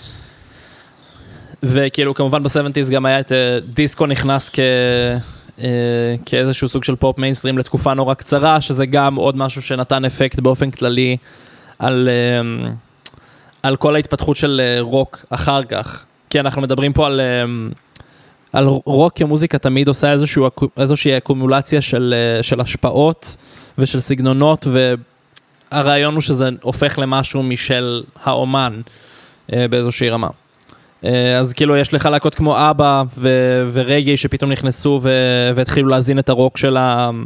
וכאילו כמובן ב-שבעים גם היה את דיסקו נכנס כ... כאיזשהו סוג של פופ מיינסטרים לתקופה נורא קצרה, שזה גם עוד משהו שנתן אפקט באופן כללי על, על כל ההתפתחות של רוק אחר כך. כי אנחנו מדברים פה על, על רוק כמוזיקה תמיד עושה איזשהו, איזושהי אקומולציה של, של השפעות ושל סגנונות, והרעיון הוא שזה הופך למשהו משל האומן באיזושהי רמה. אז כאילו יש לך להקות כמו אבא ו- ורגי שפתאום נכנסו ו- והתחילו להזין את הרוק של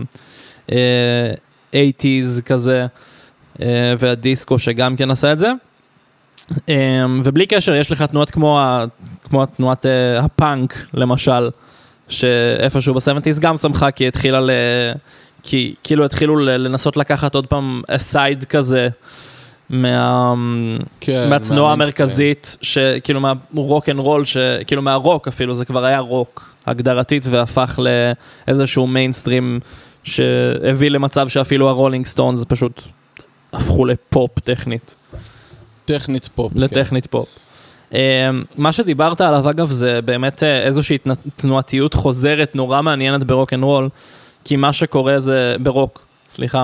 ה-שמונים כזה, והדיסקו שגם כן עשה את זה. ובלי קשר יש לך תנועות כמו, ה- כמו תנועת הפאנק למשל, שאיפשהו ב-שבעים גם שמחה כי התחילה ל... כי כאילו התחילו לנסות לקחת עוד פעם אסייד כזה, מה... כן, מהתנועה המרכזית, שכאילו מהרוק אנד רול, שכאילו מהרוק אפילו, זה כבר היה רוק הגדרתית, והפך לאיזשהו מיינסטרים, שהביא למצב שאפילו הרולינג סטונס פשוט הפכו לפופ טכנית. טכנית פופ. לטכנית כן. פופ. מה שדיברת עליו אגב, זה באמת איזושהי תנועתיות חוזרת נורא מעניינת ברוק אנד רול, כי מה שקורה זה, ברוק, סליחה,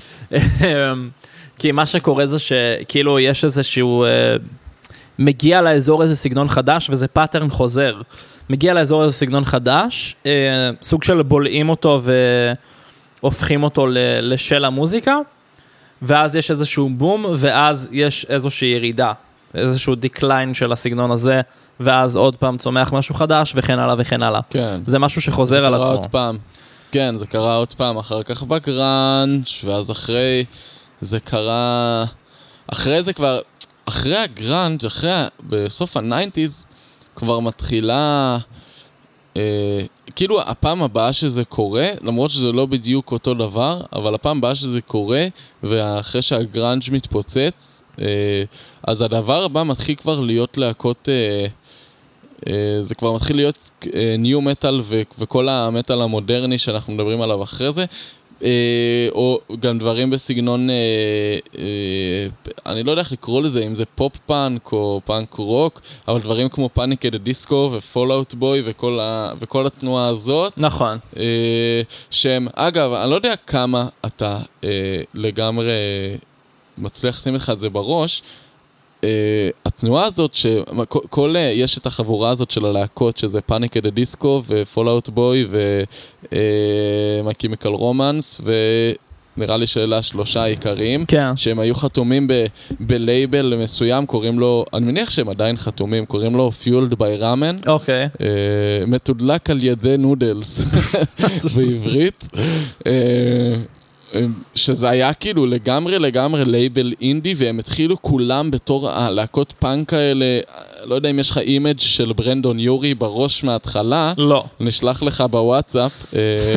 כי מה שקורה זה שכאילו יש איזשהו, מגיע לאזור איזה סגנון חדש, וזה פאטרן חוזר. מגיע לאזור איזה סגנון חדש, סוג של בולעים אותו והופכים אותו לשל המוזיקה, ואז יש איזשהו בום, ואז יש איזושהי ירידה, איזשהו דקליין של הסגנון הזה, ואז עוד פעם צומח משהו חדש, וכן הלאה וכן הלאה. כן. זה משהו שחוזר על עצמו. עוד פעם. כן, זה קרה עוד פעם, אחר כך בגראנץ', ואז אחרי, זה קרה, אחרי זה כבר, אחרי הגראנץ', אחרי, בסוף ה-תשעים, כבר מתחילה, אה, כאילו הפעם הבאה שזה קורה, למרות שזה לא בדיוק אותו דבר, אבל הפעם הבאה שזה קורה, ואחרי שהגראנץ' מתפוצץ, אה, אז הדבר הבא מתחיל כבר להיות להקות, אה, זה כבר מתחיל להיות ניו מטל וכל המטל המודרני שאנחנו מדברים עליו אחרי זה, או גם דברים בסגנון, אני לא יודע איך לקרוא לזה, אם זה פופ פאנק או פאנק רוק, אבל דברים כמו פאניק אט דיסקו ופולאוט בוי וכל התנועה הזאת. נכון. שהם, אגב, אני לא יודע כמה אתה לגמרי מצליח לשים לך את זה בראש, Uh, התנועה הזאת, שכל, uh, יש את החבורה הזאת של הלהקות, שזה פאניק אט דיסקו ופולאוט בוי ומיי קימיקל רומנס, ונראה לי שאלה שלושה עיקריים, כן. שהם היו חתומים ב- בלייבל מסוים, קוראים לו, אני מניח שהם עדיין חתומים, קוראים לו Fueled by Ramen, אוקיי. uh, מתודלק על ידי נודלס, בעברית. uh, שזה היה כאילו לגמרי לגמרי לייבל אינדי, והם התחילו כולם בתור הלהקות פאנק האלה, לא יודע אם יש לך אימג' של ברנדון יורי בראש מההתחלה, לא. נשלח לך בוואטסאפ.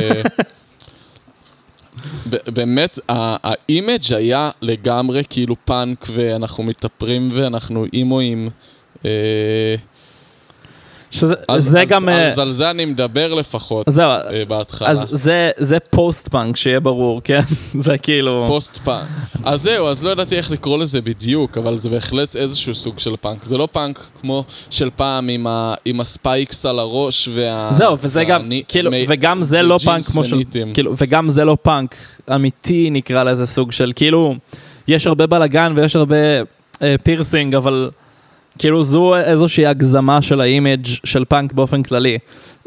באמת, האימג' היה לגמרי כאילו פאנק, ואנחנו מתאפרים ואנחנו אימואים, שזה, אז, זה אז, גם... אז על זה אני מדבר לפחות זהו, בהתחלה. אז זה, זה פוסט-פאנק, שיהיה ברור, כן? זה כאילו... פוסט-פאנק. אז זהו, אז לא ידעתי איך לקרוא לזה בדיוק, אבל זה בהחלט איזשהו סוג של פאנק. זה לא פאנק כמו של פעם עם, ה, עם הספייקס על הראש וה... זהו, וזה גם, אני, כאילו, מי, וגם זה לא פאנק כמו של... כאילו, וגם זה לא פאנק אמיתי, נקרא לזה סוג של, כאילו, יש הרבה בלגן ויש הרבה אה, פירסינג, אבל... כאילו זו איזושהי הגזמה של האימג' של פאנק באופן כללי.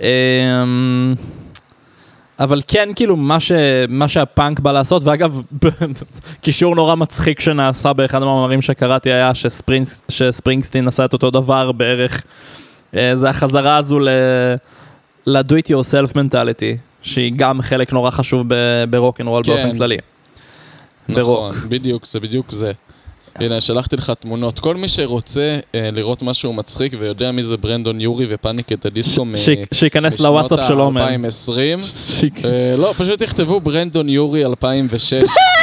אבל כן, כאילו, מה, ש, מה שהפאנק בא לעשות, ואגב, קישור נורא מצחיק שנעשה באחד המאמרים שקראתי היה שספרינגס, שספרינגסטין עשה את אותו דבר בערך. זה החזרה הזו ל-do it yourself mentality, שהיא גם חלק נורא חשוב ברוק אנד רול כן. באופן כללי. נכון, ברוק. בדיוק, זה בדיוק זה. הנה, שלחתי לך תמונות. כל מי שרוצה אה, לראות משהו מצחיק ויודע מי זה ברנדון יורי ופאניק אט דיסקו שיכנס לוואטסאפ שלו אלפיים עשרים. אה, לא, פשוט תכתבו ברנדון יורי אלפיים ושש.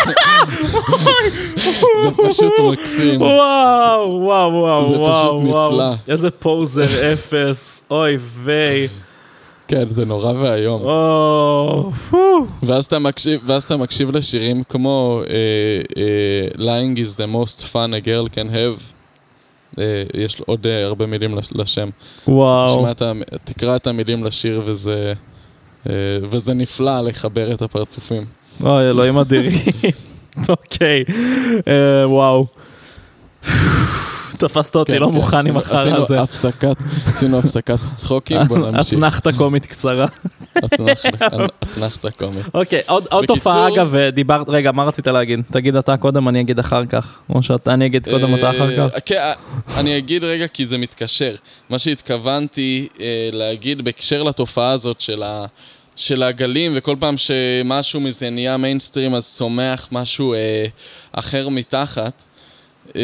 זה פשוט מקסים. וואו, וואו, וואו. זה פשוט נפלא. איזה פוזר אפס. אוי ויי. כן, זה נורא והיום. ואז אתה מקשיב, ואז אתה מקשיב לשירים כמו Lying is the most fun a girl can have. יש עוד הרבה מילים לשם. וואו. תקרא את המילים לשיר וזה וזה נפלא לחבר את הפרצופים. אוי, אלוהים אדירים. אוקיי. וואו. תפסת אותי לא מוכן עם החרא הזה. עשינו הפסקת, עשינו הפסקת צחוקים, בוא נמשיך. אתנחתה קומית קצרה. אתנחתה קומית. אוקיי, עוד תופעה אגב, דיברת, רגע, מה רצית להגיד? תגיד אתה קודם, אני אגיד אחר כך. או שאתה, אני אגיד קודם, אתה אחר כך. כן, אני אגיד רגע כי זה מתקשר. מה שהתכוונתי להגיד בהקשר לתופעה הזאת של ה... של הגלים, וכל פעם שמשהו מזה נהיה מיינסטרים, אז צומח משהו אה, אחר מתחת. אה,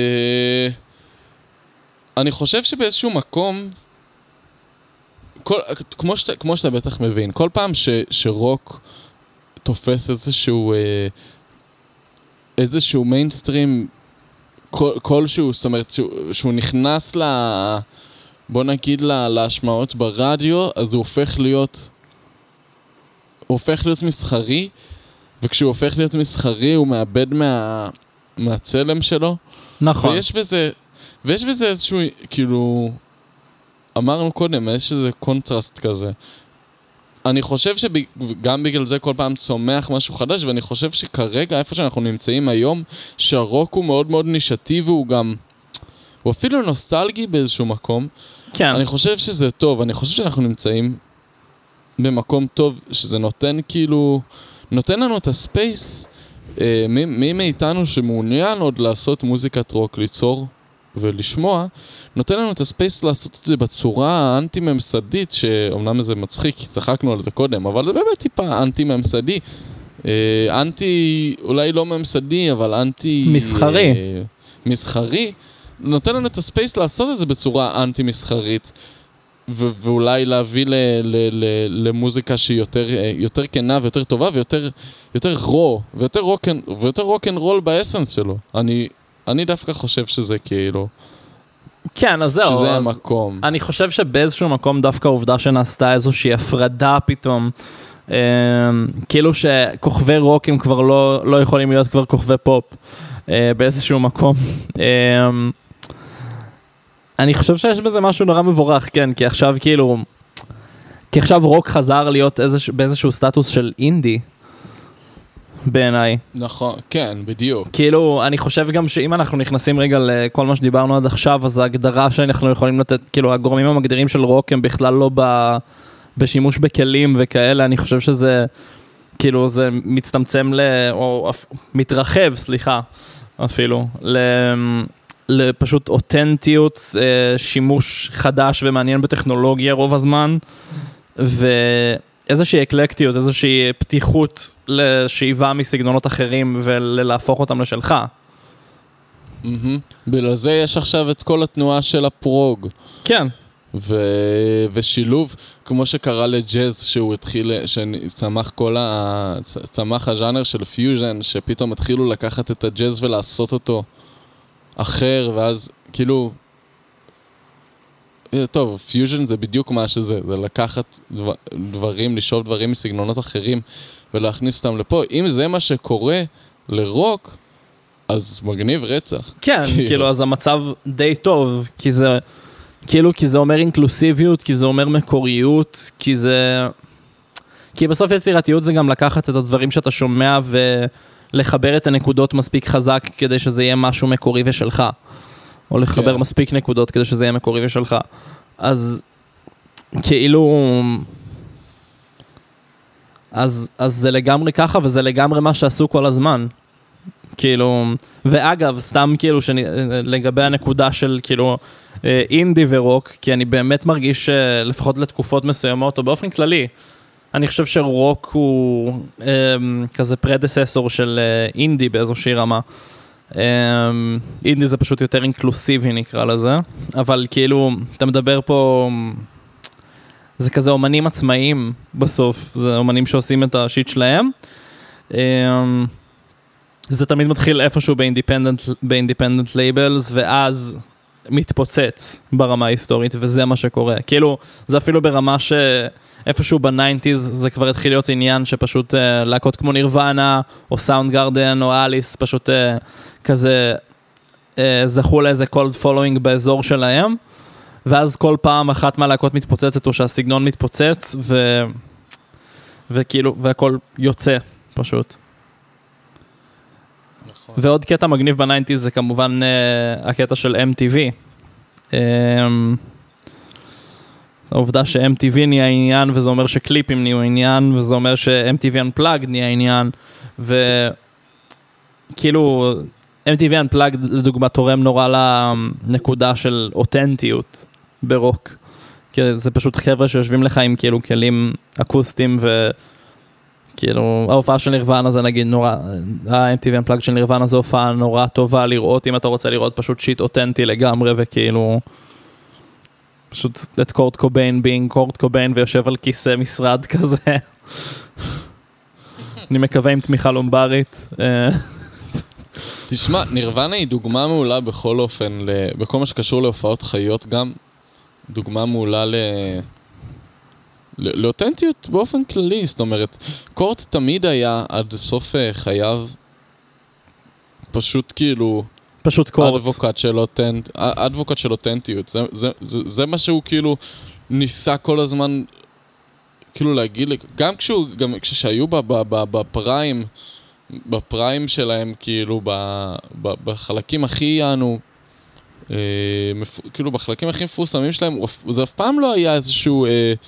אני חושב שבאיזשהו מקום, כל, כמו, שת, כמו שאתה בטח מבין, כל פעם ש, שרוק תופס איזשהו, אה, איזשהו מיינסטרים, כל, כלשהו, זאת אומרת, שהוא, שהוא נכנס ל... בוא נגיד לה, להשמעות ברדיו, אז הוא הופך להיות... הוא הופך להיות מסחרי, וכשהוא הופך להיות מסחרי, הוא מאבד מה, מהצלם שלו. נכון. ויש בזה, ויש בזה איזשהו, כאילו, אמרנו קודם, יש איזה קונטרסט כזה. אני חושב שגם בגלל זה כל פעם צומח משהו חדש, ואני חושב שכרגע, איפה שאנחנו נמצאים היום, שהרוק הוא מאוד מאוד נישתי, והוא גם, הוא אפילו נוסטלגי באיזשהו מקום. כן. אני חושב שזה טוב, אני חושב שאנחנו נמצאים במקום טוב, שזה נותן כאילו, נותן לנו את הספייס, אה, מי, מי מאיתנו שמעוניין עוד לעשות מוזיקת רוק, ליצור ולשמוע, נותן לנו את הספייס לעשות את זה בצורה האנטי-ממסדית, שאומנם זה מצחיק, כי צחקנו על זה קודם, אבל זה באמת טיפה אנטי-ממסדי. אה, אנטי, אולי לא ממסדי, אבל אנטי... מסחרי. אה, מסחרי. נותן לנו את הספייס לעשות את זה בצורה אנטי-מסחרית. ו- ואולי להביא ל- ל- ל- למוזיקה שהיא יותר, יותר כנה ויותר טובה ויותר יותר רו, ויותר רוקן, ויותר רוקן רול באסנס שלו. אני, אני דווקא חושב שזה כאילו... כן, אז זהו. שזה אז המקום. אני חושב שבאיזשהו מקום דווקא העובדה שנעשתה איזושהי הפרדה פתאום, אה, כאילו שכוכבי רוק הם כבר לא, לא יכולים להיות כבר כוכבי פופ, אה, באיזשהו מקום. אה, אני חושב שיש בזה משהו נורא מבורך, כן, כי עכשיו כאילו, כי עכשיו רוק חזר להיות איזוש, באיזשהו סטטוס של אינדי, בעיניי. נכון, כן, בדיוק. כאילו, אני חושב גם שאם אנחנו נכנסים רגע לכל מה שדיברנו עד עכשיו, אז ההגדרה שאנחנו יכולים לתת, כאילו, הגורמים המגדירים של רוק הם בכלל לא ב, בשימוש בכלים וכאלה, אני חושב שזה, כאילו, זה מצטמצם ל, או מתרחב, סליחה, אפילו, ל... לפשוט אותנטיות, שימוש חדש ומעניין בטכנולוגיה רוב הזמן, ואיזושהי אקלקטיות, איזושהי פתיחות לשאיבה מסגנונות אחרים ולהפוך אותם לשלך. בגלל זה יש עכשיו את כל התנועה של הפרוג. כן. ושילוב, כמו שקרה לג'אז, שהוא התחיל, שצמח כל ה... צמח הז'אנר של פיוז'ן, שפתאום התחילו לקחת את הג'אז ולעשות אותו אחר, ואז כאילו, טוב, פיוז'ן זה בדיוק מה שזה, זה לקחת דבר, דברים, לשאוב דברים מסגנונות אחרים ולהכניס אותם לפה. אם זה מה שקורה לרוק, אז מגניב רצח. כן, כאילו, כאילו אז המצב די טוב, כי זה, כאילו, כי זה אומר אינקלוסיביות, כי זה אומר מקוריות, כי זה, כי בסוף יצירתיות זה גם לקחת את הדברים שאתה שומע ו... לחבר את הנקודות מספיק חזק כדי שזה יהיה משהו מקורי ושלך. או לחבר yeah. מספיק נקודות כדי שזה יהיה מקורי ושלך. אז כאילו... אז, אז זה לגמרי ככה, וזה לגמרי מה שעשו כל הזמן. כאילו... ואגב, סתם כאילו, שאני, לגבי הנקודה של כאילו אינדי ורוק, כי אני באמת מרגיש לפחות לתקופות מסוימות, או באופן כללי, אני חושב שרוק הוא אה, כזה פרדססור של אה, אינדי באיזושהי רמה. אה, אינדי זה פשוט יותר אינקלוסיבי נקרא לזה, אבל כאילו, אתה מדבר פה, זה כזה אומנים עצמאיים בסוף, זה אומנים שעושים את השיט שלהם. אה, זה תמיד מתחיל איפשהו באינדיפנדנט, באינדיפנדנט לייבלס, ואז מתפוצץ ברמה ההיסטורית, וזה מה שקורה. כאילו, זה אפילו ברמה ש... איפשהו בניינטיז זה כבר התחיל להיות עניין שפשוט uh, להקות כמו נירוונה או סאונד גארדן או אליס פשוט uh, כזה uh, זכו לאיזה קולד פולואינג באזור שלהם, ואז כל פעם אחת מהלהקות מתפוצצת או שהסגנון מתפוצץ ו... וכאילו והכל יוצא פשוט. ועוד קטע מגניב בניינטיז זה כמובן uh, הקטע של אם טי וי. Um, העובדה ש-אם טי וי נהיה עניין, וזה אומר שקליפים נהיו עניין, וזה אומר ש-אם טי וי Unplugged נהיה עניין, וכאילו, אם טי וי Unplugged לדוגמה תורם נורא לנקודה של אותנטיות ברוק. כי זה פשוט חבר'ה שיושבים לך עם כאילו כלים אקוסטיים, וכאילו, ההופעה של נירוונה זה נגיד נורא, ה-אם טי וי Unplugged של נירוונה זו הופעה נורא טובה לראות, אם אתה רוצה לראות פשוט שיט אותנטי לגמרי, וכאילו, פשוט את קורט קוביין בינג קורט קוביין ויושב על כיסא משרד כזה. אני מקווה עם תמיכה לומברית. תשמע, נירוונה היא דוגמה מעולה בכל אופן, בכל מה שקשור להופעות חיות גם, דוגמה מעולה ל... לאותנטיות באופן כללי, זאת אומרת, קורט תמיד היה עד סוף חייו, פשוט כאילו... פשוט קורט. אדבוקט של אותנט, אדבוקט של אותנטיות. זה, זה, זה, זה מה שהוא כאילו ניסה כל הזמן, כאילו להגיד, גם כשהוא, גם כשהיו בפריים, בפריים שלהם, כאילו, בחלקים הכי יענו, כאילו, בחלקים הכי מפורסמים שלהם, זה אף פעם לא היה איזשהו,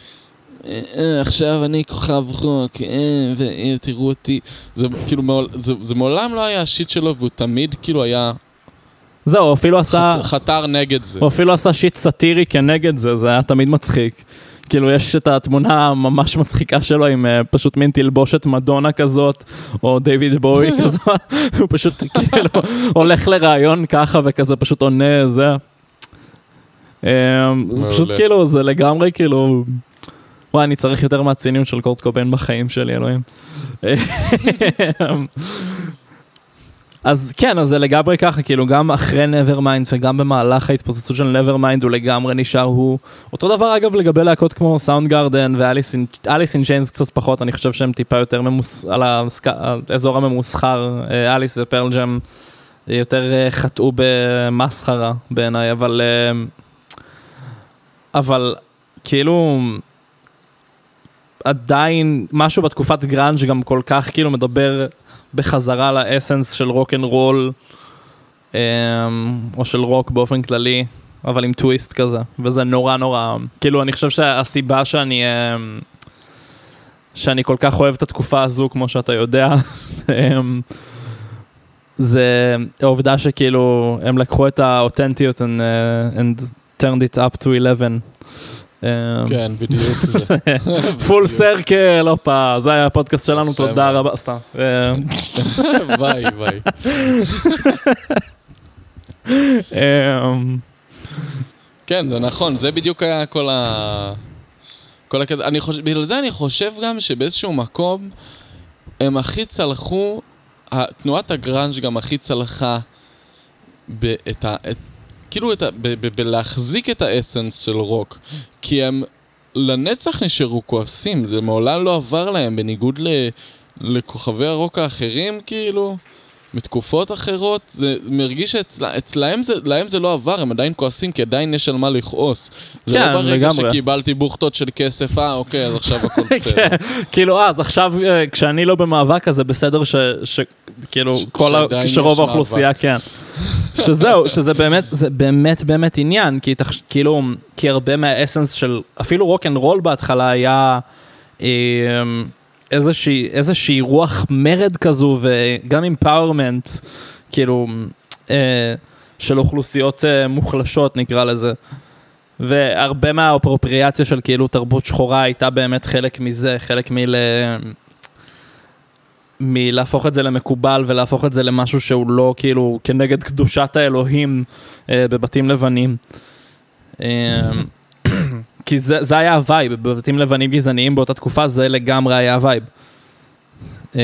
עכשיו אני כוכב רוק, ותראו אותי, זה כאילו, זה מעולם לא היה השיט שלו, והוא תמיד כאילו היה... זהו, הוא אפילו עשה... חתר נגד זה. הוא אפילו עשה שיט סאטירי כנגד זה, זה היה תמיד מצחיק. כאילו, יש את התמונה הממש מצחיקה שלו עם פשוט מין תלבושת מדונה כזאת, או דיוויד בואי כזאת, הוא פשוט כאילו הולך לרעיון ככה וכזה פשוט עונה, זה. פשוט כאילו, זה לגמרי כאילו... וואי, אני צריך יותר מהציניות של קורט קוביין בחיים שלי, אלוהים. אז כן, אז זה לגמרי ככה, כאילו גם אחרי Nevermind וגם במהלך ההתפוצצות של Nevermind הוא לגמרי נשאר, הוא אותו דבר אגב לגבי להקות כמו Soundgarden ואליס אין צ'יינס קצת פחות, אני חושב שהם טיפה יותר ממוס... על האזור הממוסחר, אליס ופרל ג'ם יותר חטאו במסחרה בעיניי, אבל אבל כאילו עדיין משהו בתקופת גראנג' שגם כל כך כאילו מדבר בחזרה לאסנס של רוק אנד רול, או של רוק באופן כללי, אבל עם טוויסט כזה, וזה נורא נורא, כאילו אני חושב שהסיבה שאני, שאני כל כך אוהב את התקופה הזו, כמו שאתה יודע, זה העובדה שכאילו הם לקחו את האותנטיות and, uh, and turned it up to eleven. כן, בדיוק זה. פול סרקל, אופה, זה היה הפודקאסט שלנו, תודה רבה, סתם. ביי, ביי. כן, זה נכון, זה בדיוק היה כל ה... כל הקטע, בגלל זה אני חושב גם שבאיזשהו מקום הם הכי צלחו, תנועת הגראנג' גם הכי צלחה את ה... כאילו בלהחזיק את האסנס של רוק, כי הם לנצח נשארו כועסים, זה מעולם לא עבר להם, בניגוד לכוכבי הרוק האחרים, כאילו, מתקופות אחרות, זה מרגיש שאצלהם זה, להם זה לא עבר, הם עדיין כועסים, כי עדיין יש על מה לכעוס. זה לא ברגע שקיבלתי בוכתות של כסף, אה, אוקיי, אז עכשיו הכל בסדר. כאילו, אז עכשיו, כשאני לא במאבק, אז זה בסדר שכאילו, שרוב האוכלוסייה, כן. שזהו, שזה באמת, זה באמת באמת עניין, כי כאילו, כי הרבה מהאסנס של, אפילו רוק אנד רול בהתחלה היה איזושהי, איזושהי רוח מרד כזו, וגם אמפאורמנט, כאילו, של אוכלוסיות מוחלשות נקרא לזה. והרבה מהאפרופריאציה של כאילו תרבות שחורה הייתה באמת חלק מזה, חלק מל... מלהפוך את זה למקובל ולהפוך את זה למשהו שהוא לא כאילו כנגד קדושת האלוהים אה, בבתים לבנים. אה, כי זה, זה היה הווייב, בבתים לבנים גזעניים באותה תקופה זה לגמרי היה הווייב. אה,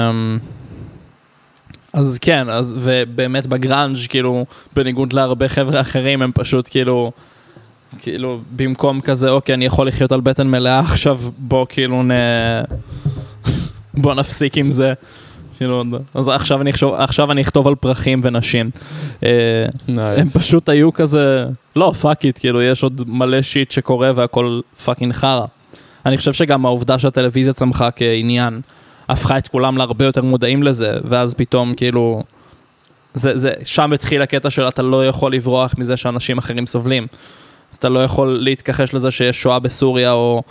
אז כן, אז, ובאמת בגראנג' כאילו בניגוד להרבה חבר'ה אחרים הם פשוט כאילו, כאילו במקום כזה אוקיי אני יכול לחיות על בטן מלאה עכשיו בוא כאילו נ... בוא נפסיק עם זה. אז עכשיו אני אחשוב, עכשיו אני אכתוב על פרחים ונשים. הם פשוט היו כזה, לא, פאק איט, כאילו, יש עוד מלא שיט שקורה והכל פאקינג חרה. אני חושב שגם העובדה שהטלוויזיה צמחה כעניין, הפכה את כולם להרבה יותר מודעים לזה, ואז פתאום כאילו, זה, זה, שם התחיל הקטע של אתה לא יכול לברוח מזה שאנשים אחרים סובלים. אתה לא יכול להתכחש לזה שיש שואה בסוריה, או,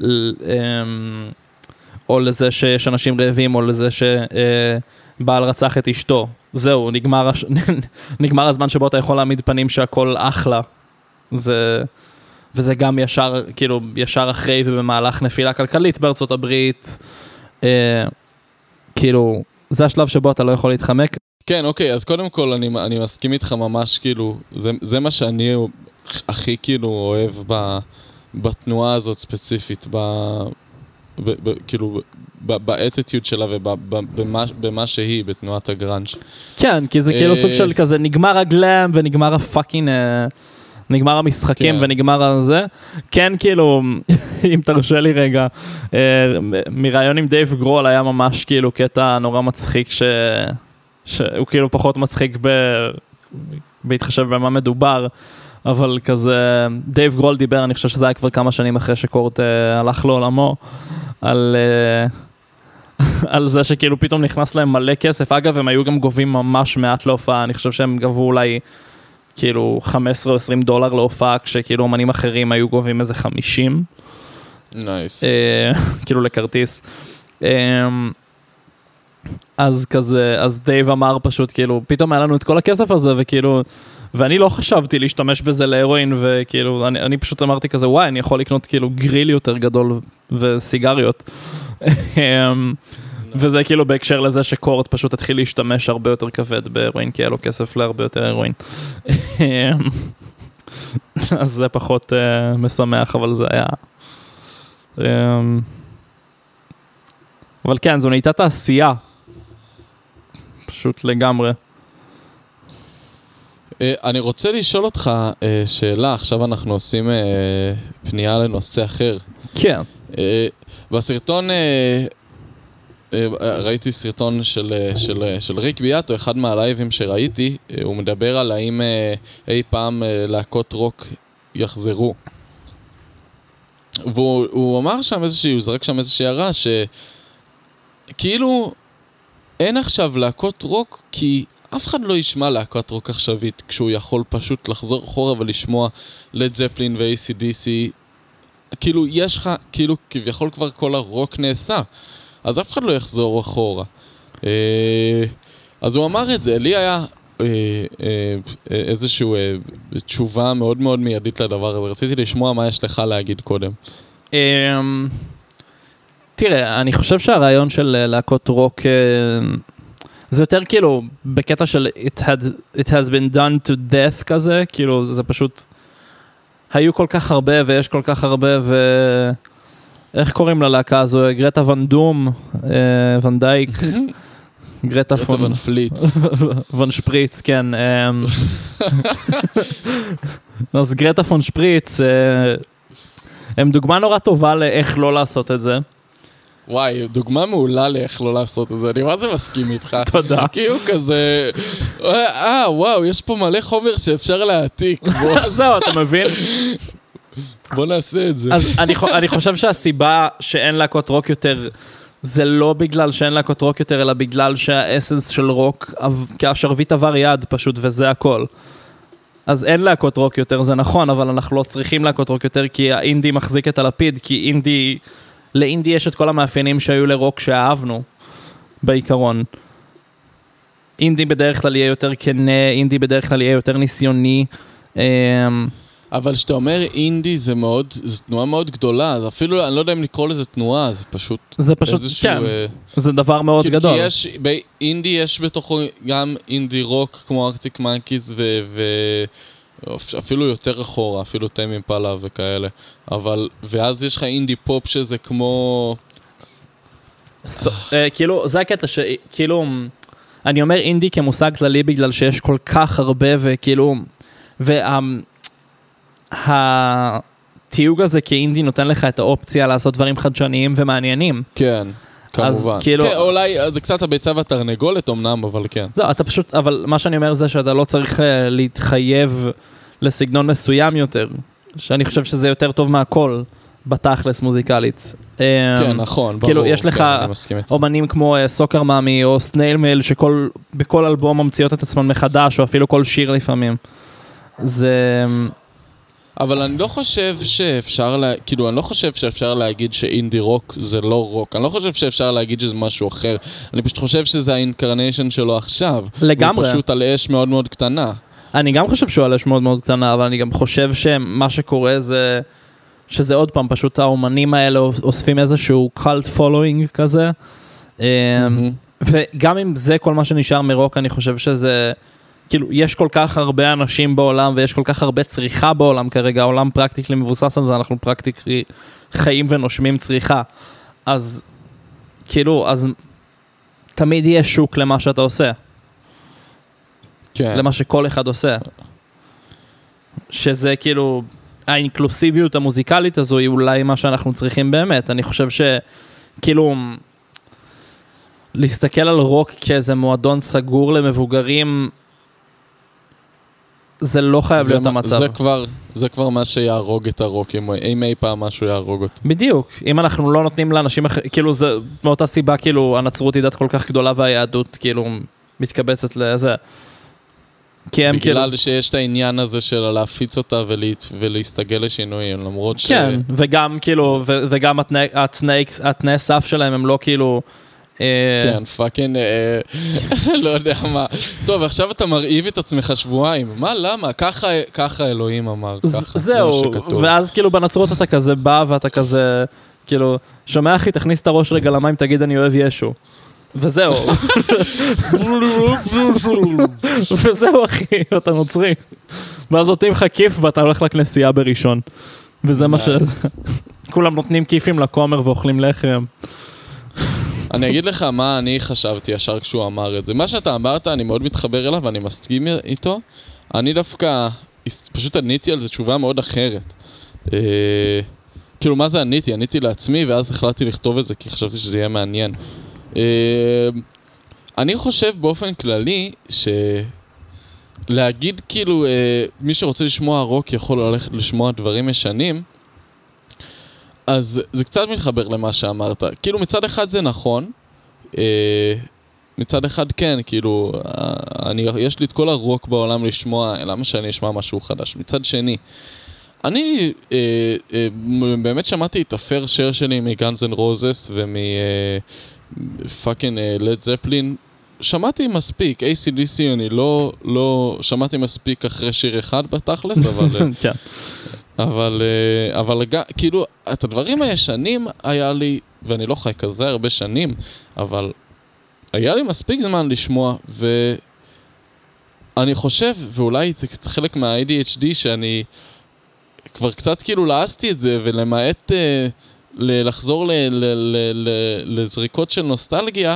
או לזה שיש אנשים רעבים, או לזה שבעל רצח את אשתו. זהו, נגמר, נגמר הזמן שבו אתה יכול להעמיד פנים שהכל אחלה. זה, וזה גם ישר, כאילו, ישר אחרי ובמהלך נפילה כלכלית בארצות הברית. אה, כאילו, זה השלב שבו אתה לא יכול להתחמק. כן, אוקיי, אז קודם כל אני, אני מסכים איתך ממש, כאילו, זה, זה מה שאני הכי כאילו אוהב ב, בתנועה הזאת ספציפית, ב, ב, ב, כאילו, באטיטיוד שלה ובמה במה שהיא, בתנועת הגרנג'. כן, כי זה כאילו סוג של כזה, נגמר הגלם ונגמר הפאקינג, נגמר המשחקים ונגמר הזה. כן, כאילו, אם תרשה לי רגע, מראיון עם דייב גרול היה ממש כאילו קטע נורא מצחיק, ש... שהוא כאילו פחות מצחיק ב... בהתחשב במה מדובר, אבל כזה, דייב גרול דיבר, אני חושב שזה היה כבר כמה שנים אחרי שקורט הלך לעולמו, על... על זה שכאילו פתאום נכנס להם מלא כסף. אגב, הם היו גם גובים ממש מעט להופעה, אני חושב שהם גבו אולי כאילו חמש עשרה או עשרים דולר להופעה, כשכאילו אומנים אחרים היו גובים איזה חמישים. נייס. כאילו לכרטיס. אז כזה, אז דייב אמר פשוט כאילו, פתאום היה לנו את כל הכסף הזה, וכאילו, ואני לא חשבתי להשתמש בזה להירואין, וכאילו, אני, אני פשוט אמרתי כזה, וואי, אני יכול לקנות כאילו גריל יותר גדול וסיגריות. וזה כאילו בהקשר לזה שקורט פשוט התחיל להשתמש הרבה יותר כבד בהירואין, כי היה לו כסף להרבה יותר הירואין. אז זה פחות uh, משמח, אבל זה היה... Um, אבל כן, זו נהייתה תעשייה. פשוט לגמרי. Uh, אני רוצה לשאול אותך uh, שאלה, עכשיו אנחנו עושים uh, פנייה לנושא אחר. כן. Uh, בסרטון... Uh, ראיתי סרטון של, של, של ריק ביאטו, אחד מהלייבים שראיתי, הוא מדבר על האם אי פעם להקות רוק יחזרו. והוא הוא אמר שם איזושהי, הוא זרק שם איזושהי הערה, שכאילו אין עכשיו להקות רוק, כי אף אחד לא ישמע להקות רוק עכשווית, כשהוא יכול פשוט לחזור אחורה ולשמוע לד זפלין ו-איי סי די סי. כאילו יש לך, כאילו כביכול כבר כל הרוק נעשה. אז אף אחד לא יחזור אחורה. אז הוא אמר את זה, לי היה איזושהי תשובה מאוד מאוד מיידית לדבר הזה. רציתי לשמוע מה יש לך להגיד קודם. תראה, אני חושב שהרעיון של להקות רוק, זה יותר כאילו בקטע של it had, it has been done to death כזה, כאילו זה פשוט, היו כל כך הרבה ויש כל כך הרבה ו... איך קוראים ללהקה הזו? גרטה ון דום, ון דייק, גרטה ון פליץ. ון שפריץ, כן. אז גרטה ון שפריץ, הם דוגמה נורא טובה לאיך לא לעשות את זה. וואי, דוגמה מעולה לאיך לא לעשות את זה, אני מה זה מסכים איתך? תודה. כי הוא כזה, אה, וואו, יש פה מלא חומר שאפשר להעתיק. זהו, אתה מבין? בוא נעשה את זה. אז אני, אני חושב שהסיבה שאין להקות רוק יותר, זה לא בגלל שאין להקות רוק יותר, אלא בגלל שהאסנס של רוק, השרביט עבר יד פשוט, וזה הכל. אז אין להקות רוק יותר, זה נכון, אבל אנחנו לא צריכים להקות רוק יותר, כי האינדי מחזיק את הלפיד, כי אינדי, לאינדי יש את כל המאפיינים שהיו לרוק שאהבנו, בעיקרון. אינדי בדרך כלל יהיה יותר כנה, אינדי בדרך כלל יהיה יותר ניסיוני, אבל שאתה אומר אינדי זה מאוד, זו תנועה מאוד גדולה, אז אפילו, אני לא יודע אם לקרוא לזה תנועה, זה פשוט... זה פשוט, כן, אה, זה דבר מאוד כי, גדול. כי יש, באינדי יש בתוכו גם אינדי רוק, כמו ארקטיק מנקיז, ואפילו יותר אחורה, אפילו טיימ אימפלה וכאלה, אבל, ואז יש לך אינדי פופ שזה כמו... So, uh, כאילו, זה הקטע שכאילו, אני אומר אינדי כמושג כללי בגלל שיש כל כך הרבה, וכאילו, וה... התיוג הזה כאינדי נותן לך את האופציה לעשות דברים חדשניים ומעניינים. כן, כמובן. כאילו... כן, אולי זה קצת הביצה והתרנגולת אמנם, אבל כן. זהו, אתה פשוט, אבל מה שאני אומר זה שאתה לא צריך להתחייב לסגנון מסוים יותר, שאני חושב שזה יותר טוב מהכל. בתכלס מוזיקלית. כן, נכון, ברור. כאילו, יש לך אומנים כמו סוקר מאמי או סנייל מייל, שבכל אלבום ממציאות את עצמן מחדש, או אפילו כל שיר לפעמים. זה... אבל אני לא חושב שאפשר, לה... כאילו, אני לא חושב שאפשר להגיד שאינדי רוק זה לא רוק. אני לא חושב שאפשר להגיד שזה משהו אחר. אני פשוט חושב שזה האינקרניישן שלו עכשיו. לגמרי. הוא פשוט על אש מאוד מאוד קטנה. אני גם חושב שהוא על אש מאוד מאוד קטנה, אבל אני גם חושב שמה שקורה זה... שזה עוד פעם, פשוט האומנים האלה אוספים איזשהו קולט פולואינג כזה. וגם אם זה כל מה שנשאר מרוק, אני חושב שזה... כאילו, יש כל כך הרבה אנשים בעולם, ויש כל כך הרבה צריכה בעולם כרגע, העולם פרקטיקלי מבוסס על זה, אנחנו פרקטיקלי חיים ונושמים צריכה. אז, כאילו, אז תמיד יש שוק למה שאתה עושה. כן. למה שכל אחד עושה. שזה כאילו, האינקלוסיביות המוזיקלית הזו היא אולי מה שאנחנו צריכים באמת. אני חושב שכאילו, להסתכל על רוק כאיזה מועדון סגור למבוגרים, זה לא חייב להיות המצב. זה כבר, זה כבר מה שיהרוג את הרוק, אם אי פעם משהו יהרוג אותו. בדיוק. אם אנחנו לא נותנים לאנשים אחרים, כאילו זה, מאותה סיבה, כאילו, הנצרות היא דת כל כך גדולה והיהדות, כאילו, מתקבצת לזה. כי הם כאילו... בגלל שיש את העניין הזה של להפיץ אותה ולהסתגל לשינויים, למרות ש... כן, וגם כאילו, וגם התנאי סף שלהם הם לא כאילו... כן, פאקינג, לא יודע מה. טוב, עכשיו אתה מרעיב את עצמך שבועיים. מה, למה? ככה אלוהים אמר, ככה. זהו, ואז כאילו בנצרות אתה כזה בא ואתה כזה, כאילו, שומע אחי, תכניס את הראש רגע למים, תגיד אני אוהב ישו. וזהו. וזהו אחי, אתה נוצרי. ואז נותנים לך כיף ואתה הולך לכנסייה בראשון. וזה מה שזה. כולם נותנים כיפים לכומר ואוכלים לחם. אני אגיד לך מה אני חשבתי ישר כשהוא אמר את זה. מה שאתה אמרת, אני מאוד מתחבר אליו ואני מסכים איתו. אני דווקא, פשוט עניתי על זה תשובה מאוד אחרת. כאילו, מה זה עניתי? עניתי לעצמי ואז החלטתי לכתוב את זה כי חשבתי שזה יהיה מעניין. אני חושב באופן כללי שלהגיד כאילו מי שרוצה לשמוע רוק יכול ללכת לשמוע דברים ישנים, אז זה קצת מתחבר למה שאמרת. כאילו מצד אחד זה נכון, מצד אחד כן, כאילו אני, יש לי את כל הרוק בעולם לשמוע, למה שאני אשמע משהו חדש? מצד שני, אני אה, אה, באמת שמעתי את הפייר שייר שלי מגאנז אנד רוזס ומפאקינג לד זפלין, שמעתי מספיק, איי סי די סי אני לא, לא שמעתי מספיק אחרי שיר אחד בתכלס, אבל... כן. אבל, אבל כאילו, את הדברים הישנים היה לי, ואני לא חי כזה הרבה שנים, אבל היה לי מספיק זמן לשמוע, ואני חושב, ואולי זה חלק מה-איי די אייץ' די, שאני כבר קצת כאילו לעסתי את זה, ולמעט לחזור ל- ל- ל- ל- לזריקות של נוסטלגיה,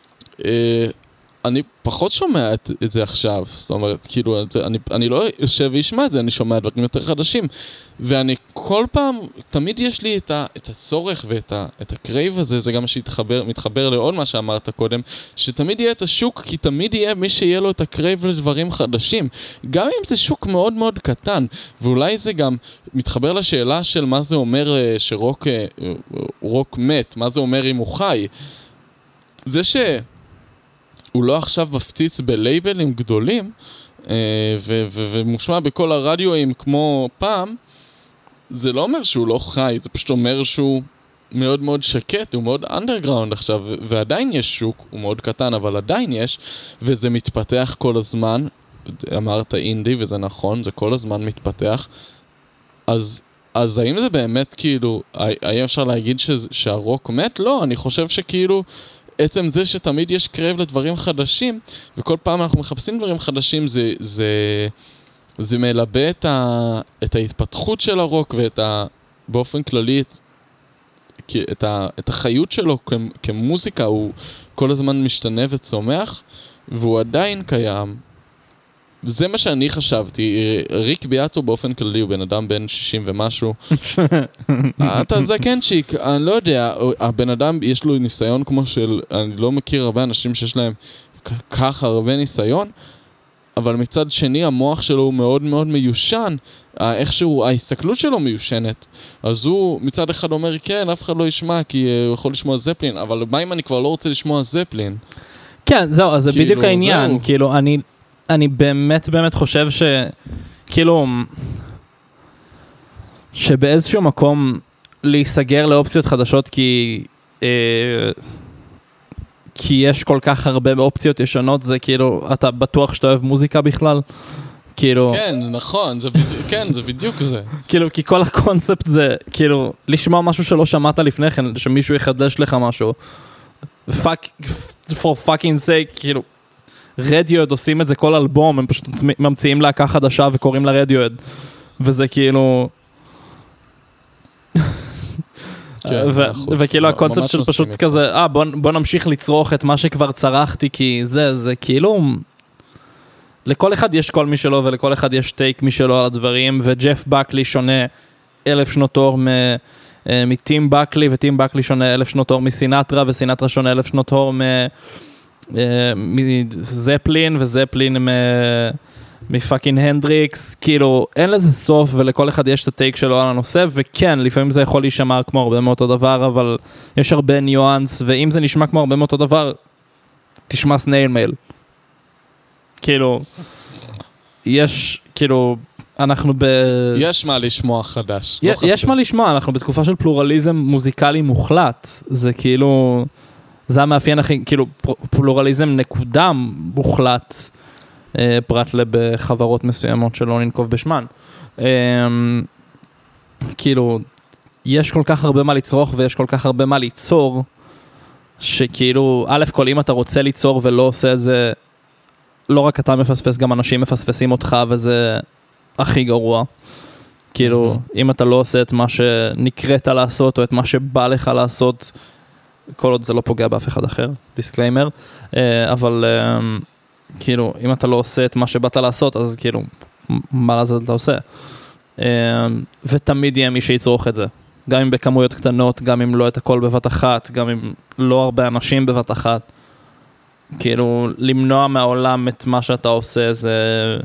אני פחות שומע את, את זה עכשיו, זאת אומרת, כאילו, אני, אני לא יושב וישמע את זה, אני שומע דברים יותר חדשים, ואני כל פעם, תמיד יש לי את, ה, את הצורך ואת ה, את הקרייב הזה, זה גם מה שהתחבר, מתחבר לעוד מה שאמרת קודם, שתמיד יהיה את השוק, כי תמיד יהיה מי שיהיה לו את הקרייב לדברים חדשים, גם אם זה שוק מאוד מאוד קטן, ואולי זה גם מתחבר לשאלה של מה זה אומר שרוק רוק מת, מה זה אומר אם הוא חי, זה ש... הוא לא עכשיו מפציץ בלייבלים גדולים, ו- ו- ומושמע בכל הרדיואים כמו פעם, זה לא אומר שהוא לא חי, זה פשוט אומר שהוא מאוד מאוד שקט, הוא מאוד אנדרגראונד עכשיו, ועדיין יש שוק, הוא מאוד קטן, אבל עדיין יש, וזה מתפתח כל הזמן, אמרת אינדי, וזה נכון, זה כל הזמן מתפתח, אז, אז האם זה באמת כאילו, האם אפשר להגיד ש- שהרוק מת? לא, אני חושב שכאילו, עצם זה שתמיד יש קרב לדברים חדשים, וכל פעם אנחנו מחפשים דברים חדשים, זה, זה, זה מלבה את, ה, את ההתפתחות של הרוק, ואת ה, באופן כללי, את, את, ה, את החיות שלו כ, כמוזיקה, הוא כל הזמן משתנה וצומח, והוא עדיין קיים. זה מה שאני חשבתי. ריק ביאטו באופן כללי הוא בן אדם בן שישים ומשהו. אתה זקנצ'יק, אני לא יודע, הבן אדם יש לו ניסיון כמו של, אני לא מכיר הרבה אנשים שיש להם כך הרבה ניסיון, אבל מצד שני המוח שלו הוא מאוד מאוד מיושן, איכשהו ההסתכלות שלו מיושנת, אז הוא מצד אחד אומר כן, אף אחד לא ישמע כי הוא יכול לשמוע זפלין, אבל מה אם אני כבר לא רוצה לשמוע זפלין? כן, זהו, אז זה כאילו, בדיוק העניין, זהו. כאילו אני, אני באמת באמת חושב ש... כאילו... שבאיזשהו מקום להיסגר לאופציות חדשות כי... אה, כי יש כל כך הרבה אופציות ישנות, זה כאילו, אתה בטוח שאתה אוהב מוזיקה בכלל? כאילו... כן, נכון, זה בדיוק, כן, זה בדיוק זה. כאילו, כי כל הקונספט זה, כאילו, לשמוע משהו שלא שמעת לפני כן, שמישהו יחדש לך משהו. fuck, for fucking sake, כאילו, רדיואד עושים את זה כל אלבום, הם פשוט ממציאים להקה חדשה וקוראים לה רדיואד. וזה כאילו... כן, וכאילו הקונספט של פשוט כזה, אה, בוא נמשיך לצרוך את מה שכבר צרכתי, כי זה, זה כאילו... לכל אחד יש קול משלו, ולכל אחד יש טייק משלו על הדברים, וג'ף בקלי שונה אלף שנות אור מטים בקלי, וטים בקלי שונה אלף שנות אור מסינטרה, וסינטרה שונה אלף שנות אור מזפלין, וזפלין מפאקינג הנדריקס, כאילו, אין לזה סוף, ולכל אחד יש את הטייק שלו על הנושא, וכן, לפעמים זה יכול להישמע כמו הרבה מאותו דבר, אבל יש הרבה ניואנס, ואם זה נשמע כמו הרבה מאותו דבר, תשמע סנייל מייל. כאילו, יש, כאילו, אנחנו ב... יש מה לשמוע חדש. יש, יש מה לשמוע, אנחנו בתקופה של פלורליזם מוזיקלי מוחלט, זה כאילו, זה המאפיין הכי, כאילו, פלורליזם נקודה מוחלט, פרט לבחברות מסוימות שלא ננקוב בשמן. כאילו, יש כל כך הרבה מה לצרוך ויש כל כך הרבה מה ליצור, שכאילו, א' כל אם אתה רוצה ליצור ולא עושה את זה, לא רק אתה מפספס, גם אנשים מפספסים אותך, וזה הכי גרוע. כאילו, אם אתה לא עושה את מה שנקראת לעשות, או את מה שבא לך לעשות, כל עוד זה לא פוגע באף אחד אחר, דיסקליימר, אבל... כאילו, אם אתה לא עושה את מה שבאת לעשות, אז כאילו, מה לזה אתה עושה? ותמיד יהיה מי שיצרוך את זה. גם אם בכמויות קטנות, גם אם לא את הכל בבת אחת, גם אם לא הרבה אנשים בבת אחת. כאילו, למנוע מהעולם את מה שאתה עושה, זה...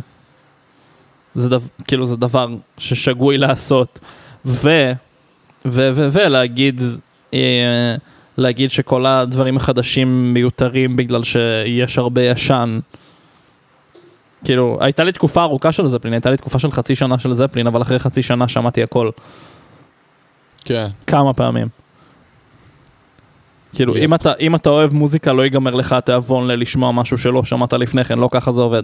זה דו, כאילו, זה דבר ששגוי לעשות. ו... ו... ו... ולהגיד... אה, להגיד שכל הדברים החדשים מיותרים בגלל שיש הרבה ישן. כאילו, הייתה לי תקופה ארוכה של זפלין, הייתה לי תקופה של חצי שנה של זפלין, אבל אחרי חצי שנה שמעתי הכל. כן. כמה פעמים. כאילו, אם אתה, אם אתה אוהב מוזיקה, לא ייגמר לך תיאבון ללשמוע משהו שלא שמעת לפני כן, לא ככה זה עובד.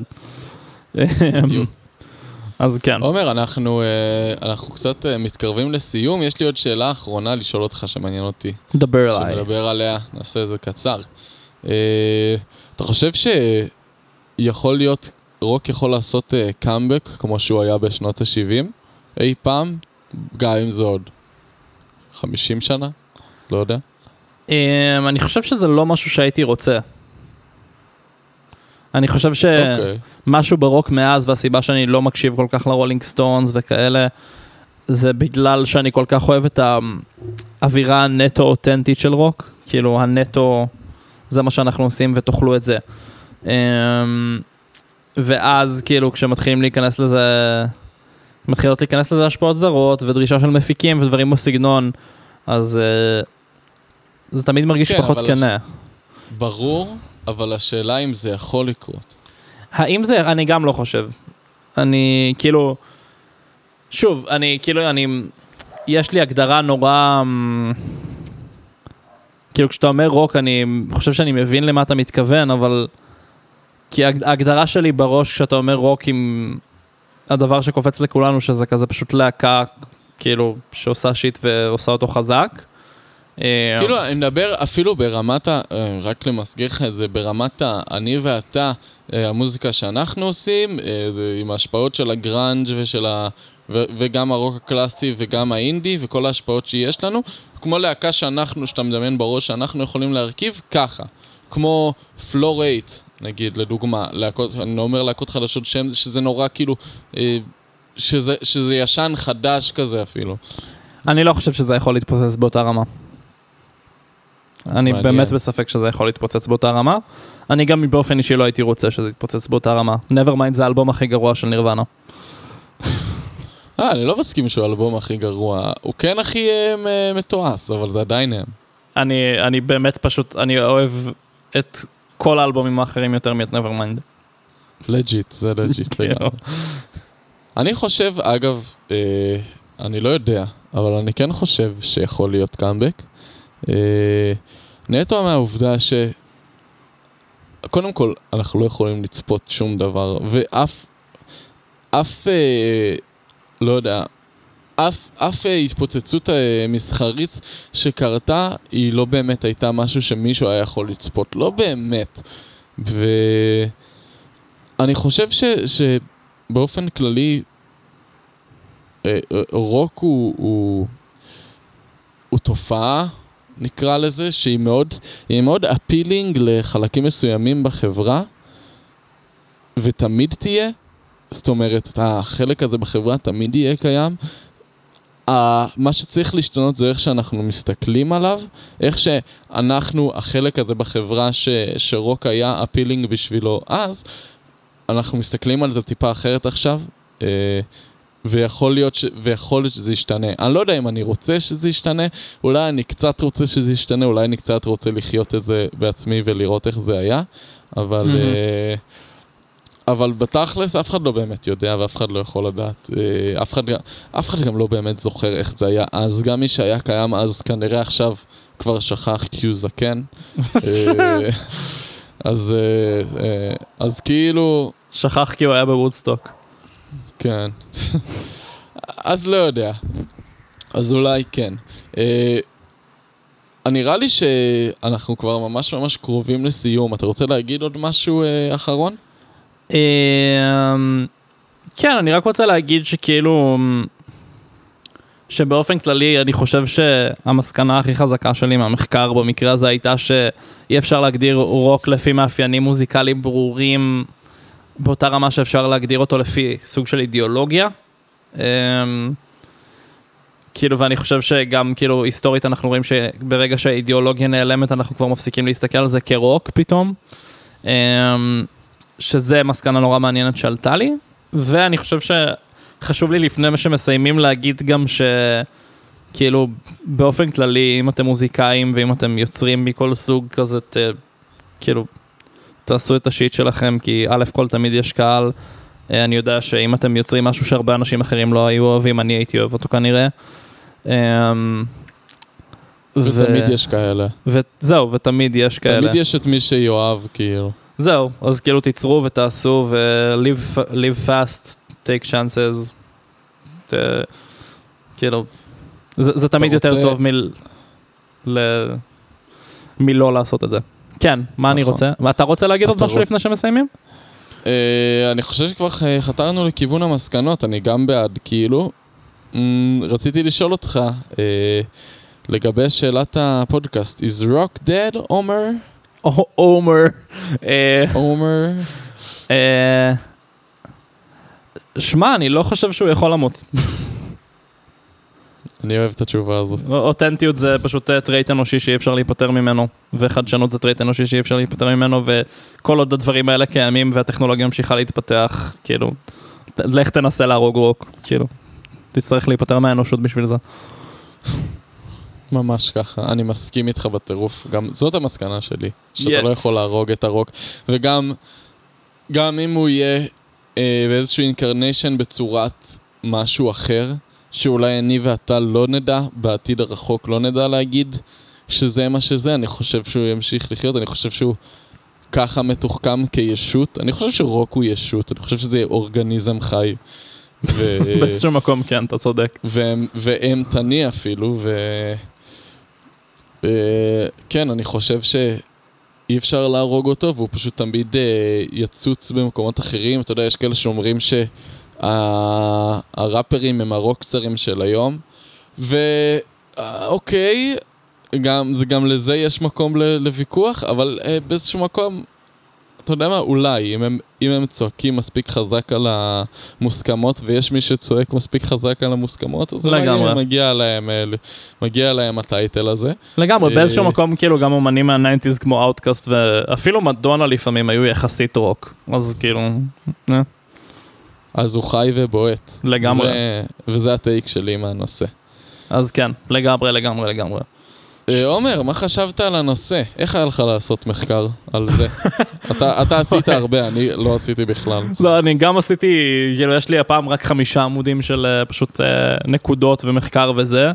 אז כן. עומר, אנחנו, אנחנו קצת מתקרבים לסיום. יש לי עוד שאלה אחרונה לשאול אותך שמעניין אותי. דבר עליי. שמדבר עליה, נעשה את זה קצר. אתה חושב שיכול להיות, רוק יכול לעשות קאמבק כמו שהוא היה בשנות ה-שבעים? אי פעם? גם אם זה עוד חמישים שנה? לא יודע. אני חושב שזה לא משהו שהייתי רוצה. אני חושב שמשהו ברוק מאז, והסיבה שאני לא מקשיב כל כך לרולינג סטונס וכאלה, זה בגלל שאני כל כך אוהב את האווירה הנטו-אותנטית של רוק. כאילו, הנטו, זה מה שאנחנו עושים ותאכלו את זה. ואז, כאילו, כשמתחילים להיכנס לזה, מתחילות להיכנס לזה השפעות זרות, ודרישה של מפיקים ודברים בסגנון, אז זה תמיד מרגיש פחות כנה. ברור. אבל השאלה אם זה יכול לקרות. האם זה, אני גם לא חושב. אני, כאילו, שוב, אני, כאילו, אני, יש לי הגדרה נורא, כאילו, כשאתה אומר רוק, אני חושב שאני מבין למה אתה מתכוון, אבל, כי ההגדרה שלי בראש, כשאתה אומר רוק, עם הדבר שקופץ לכולנו, שזה כזה פשוט להקה, כאילו, שעושה שיט ועושה אותו חזק, כאילו, אני מדבר אפילו ברמת, רק למסגר לך את זה, ברמת אני ואתה, המוזיקה שאנחנו עושים, עם ההשפעות של הגרנג' ושל ה... וגם הרוק הקלאסי וגם האינדי וכל ההשפעות שיש לנו, כמו להקה שאנחנו, שאתה מדמיין בראש, שאנחנו יכולים להרכיב ככה, כמו פלורייט, נגיד, לדוגמה, להקות, אני אומר להקות חדשות שם, שזה נורא כאילו, שזה, שזה ישן חדש כזה אפילו. אני לא חושב שזה יכול להתפוסס באותה רמה. אני באמת בספק שזה יכול להתפוצץ באותה רמה. אני גם באופן אישי לא הייתי רוצה שזה יתפוצץ באותה רמה. Nevermind זה האלבום הכי גרוע של נירוונה. אה, אני לא מסכים שהוא האלבום הכי גרוע. הוא כן הכי מתועש, אבל זה עדיין הם. אני, אני באמת פשוט, אני אוהב את כל האלבומים האחרים יותר מאת Nevermind. לג'יט, זה לג'יט לגמרי. אני חושב, אגב, אה, אני לא יודע, אבל אני כן חושב שיכול להיות קאמבק. אה, נטו מהעובדה ש... קודם כל, אנחנו לא יכולים לצפות שום דבר, ואף, אף, אה, לא יודע, אף, אף התפוצצות מסחרית שקרתה, היא לא באמת הייתה משהו שמישהו היה יכול לצפות, לא באמת. ואני חושב ש, שבאופן כללי, רוק הוא, הוא, הוא תופעה, נקרא לזה, שהיא מאוד, היא מאוד אפילינג לחלקים מסוימים בחברה, ותמיד תהיה, זאת אומרת, החלק הזה בחברה תמיד יהיה קיים. מה שצריך להשתנות זה איך שאנחנו מסתכלים עליו, איך שאנחנו, החלק הזה בחברה ש, שרוק היה אפילינג בשבילו אז, אנחנו מסתכלים על זה טיפה אחרת עכשיו, ויכול להיות, ש... ויכול להיות שזה ישתנה. אני לא יודע אם אני רוצה שזה ישתנה, אולי אני קצת רוצה שזה ישתנה, אולי אני קצת רוצה לחיות את זה בעצמי ולראות איך זה היה, אבל, mm-hmm. אבל בתכלס אף אחד לא באמת יודע ואף אחד לא יכול לדעת, אף אחד, אף אחד גם לא באמת זוכר איך זה היה אז, גם מי שהיה קיים אז כנראה עכשיו כבר שכח כי הוא זקן, אז, אז כאילו... שכח כי הוא היה בוודסטוק. כן. אז לא יודע. אז אולי כן. נראה לי שאנחנו כבר ממש ממש קרובים לסיום. אתה רוצה להגיד עוד משהו אחרון? כן, אני רק רוצה להגיד שכאילו, שבאופן כללי אני חושב שהמסקנה הכי חזקה שלי מהמחקר במקרה הזה הייתה שאי אפשר להגדיר רוק לפי מאפיינים מוזיקליים ברורים, באותה רמה שאפשר להגדיר אותו לפי סוג של אידיאולוגיה. כאילו, ואני חושב שגם, כאילו, היסטורית אנחנו רואים שברגע שהאידיאולוגיה נעלמת, אנחנו כבר מפסיקים להסתכל על זה כרוק פתאום. שזה מסקנה נורא מעניינת שעלתה לי. ואני חושב שחשוב לי לפני מה שמסיימים להגיד גם ש... כאילו, באופן כללי, אם אתם מוזיקאים ואם אתם יוצרים מכל סוג כזה, ת... כאילו... תעשו את השיט שלכם, כי א' כל תמיד יש קהל. אני יודע שאם אתם יוצרים משהו שהרבה אנשים אחרים לא היו אוהבים, אני הייתי אוהב אותו כנראה. ותמיד יש כאלה. וזהו, ותמיד יש כאלה. תמיד יש את מי שיואב, כאילו. זהו, אז כאילו תיצרו ותעשו, ו-live fast, take chances. כאילו, זה תמיד יותר טוב מלא לעשות את זה. כן, מה אני רוצה? אתה רוצה להגיד עוד משהו לפני שמסיימים? אני חושב שכבר חתרנו לכיוון המסקנות, אני גם בעד, כאילו. רציתי לשאול אותך, לגבי שאלת הפודקאסט, is rock dead, עומר? עומר. עומר. שמע, אני לא חושב שהוא יכול למות. אני אוהב את התשובה הזאת. אותנטיות זה פשוט טרייט אנושי שאי אפשר להיפטר ממנו, וחדשנות זה טרייט אנושי שאי אפשר להיפטר ממנו, וכל עוד הדברים האלה קיימים והטכנולוגיה ממשיכה להתפתח, כאילו, לך תנסה להרוג רוק, כאילו, תצטרך להיפטר מהאנושות בשביל זה. ממש ככה, אני מסכים איתך בטירוף, גם זאת המסקנה שלי, שאתה לא יכול להרוג את הרוק, וגם גם אם הוא יהיה אה, באיזשהו אינקרניישן בצורת משהו אחר, שאולי אני ואתה לא נדע, בעתיד הרחוק לא נדע להגיד שזה מה שזה, אני חושב שהוא ימשיך לחיות, אני חושב שהוא ככה מתוחכם כישות, אני חושב שרוק הוא ישות, אני חושב שזה אורגניזם חי. באיזשהו מקום, כן, אתה צודק. ואימתני אפילו, וכן, אני חושב שאי אפשר להרוג אותו, והוא פשוט תמיד יצוץ במקומות אחרים, אתה יודע, יש כאלה שאומרים ש... הראפרים הם הרוקסטרים של היום, ואוקיי, גם, זה גם לזה יש מקום לוויכוח, אבל באיזשהו מקום אתה יודע מה, אולי, אם הם, אם הם צועקים מספיק חזק על המוסכמות, ויש מי שצועק מספיק חזק על המוסכמות, אז אולי מגיע להם, מגיע להם הטייטל הזה. לגמרי, באיזשהו מקום, כאילו, גם אומנים מה-ניינטיז כמו אאוטקאסט, ואפילו מדונה לפעמים היו יחסית רוק, אז כאילו, אה. אז הוא חי ובועט. לגמרי. זה, וזה הטייק שלי מהנושא. אז כן, לגמרי, לגמרי, לגמרי. עומר, מה חשבת על הנושא? איך היה לך לעשות מחקר על זה? אתה, אתה עשית הרבה, אני לא עשיתי בכלל. לא, אני גם עשיתי, כאילו, יש לי הפעם רק חמישה עמודים של פשוט נקודות ומחקר וזה.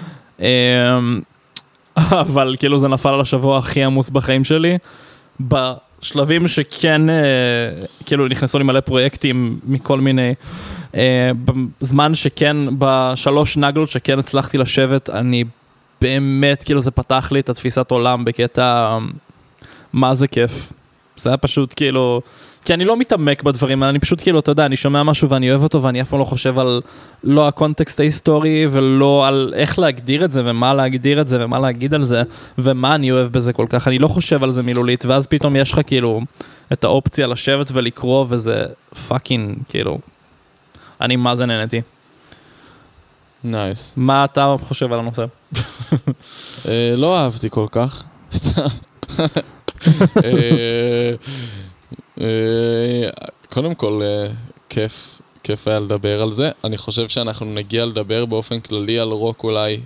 אבל כאילו זה נפל על השבוע הכי עמוס בחיים שלי. בשלבים שכן, כאילו, נכנסו לי מלא פרויקטים מכל מיני, בזמן שכן, בשלוש נגלות שכן הצלחתי לשבת, אני באמת, כאילו זה פתח לי את התפיסת עולם בקטע, מה זה כיף. זה היה פשוט כאילו, כי אני לא מתעמק בדברים, אני פשוט כאילו, אתה יודע, אני שומע משהו ואני אוהב אותו, ואני אף פעם לא חושב על לא הקונטקסט ההיסטורי, ולא על איך להגדיר את זה, ומה להגדיר את זה, ומה להגיד על זה, ומה אני אוהב בזה כל כך. אני לא חושב על זה מילולית, ואז פתאום יש לך כאילו, את האופציה לשבת ולקרוא, וזה פאקינג, כאילו, אני מה זה נהנתי. נייס. מה אתה חושב על הנושא? לא אהבתי כל כך, סתם. קודם כל, כיף, כיף היה לדבר על זה. אני חושב שאנחנו נגיע לדבר באופן כללי על רוק אולי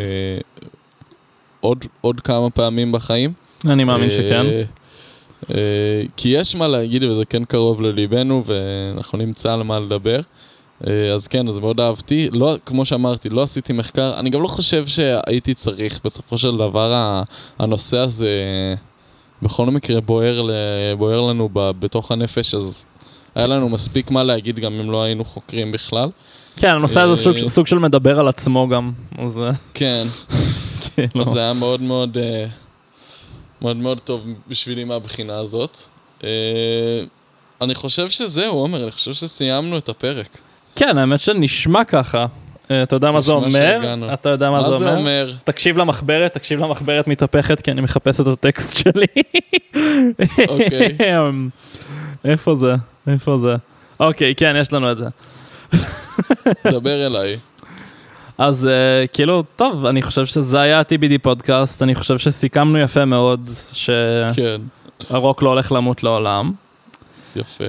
עוד, עוד כמה פעמים בחיים. אני מאמין שכן. כי יש מה להגיד וזה כן קרוב לליבנו ואנחנו נמצא על מה לדבר. אז כן, אז מאוד אהבתי. לא, כמו שאמרתי, לא עשיתי מחקר. אני גם לא חושב שהייתי צריך. בסופו של דבר, הנושא הזה בכל מקרה בוער, בוער לנו בתוך הנפש, אז היה לנו מספיק מה להגיד גם אם לא היינו חוקרים בכלל. כן, הנושא הזה סוג, סוג של מדבר על עצמו גם. אז... כן. אז זה היה מאוד מאוד, מאוד מאוד טוב בשבילי מהבחינה הזאת. אני חושב שזהו, עומר, אני חושב שסיימנו את הפרק. כן, האמת שנשמע ככה. אתה יודע מה זה אומר? אתה יודע מה זה אומר? תקשיב למחברת, תקשיב למחברת מתהפכת, כי אני מחפש את הטקסט שלי. אוקיי. איפה זה? איפה זה? אוקיי, כן, יש לנו את זה. דבר אליי. אז כאילו, טוב, אני חושב שזה היה ה-טי בי די פודקאסט, אני חושב שסיכמנו יפה מאוד, שהרוק לא הולך למות לעולם. יפה.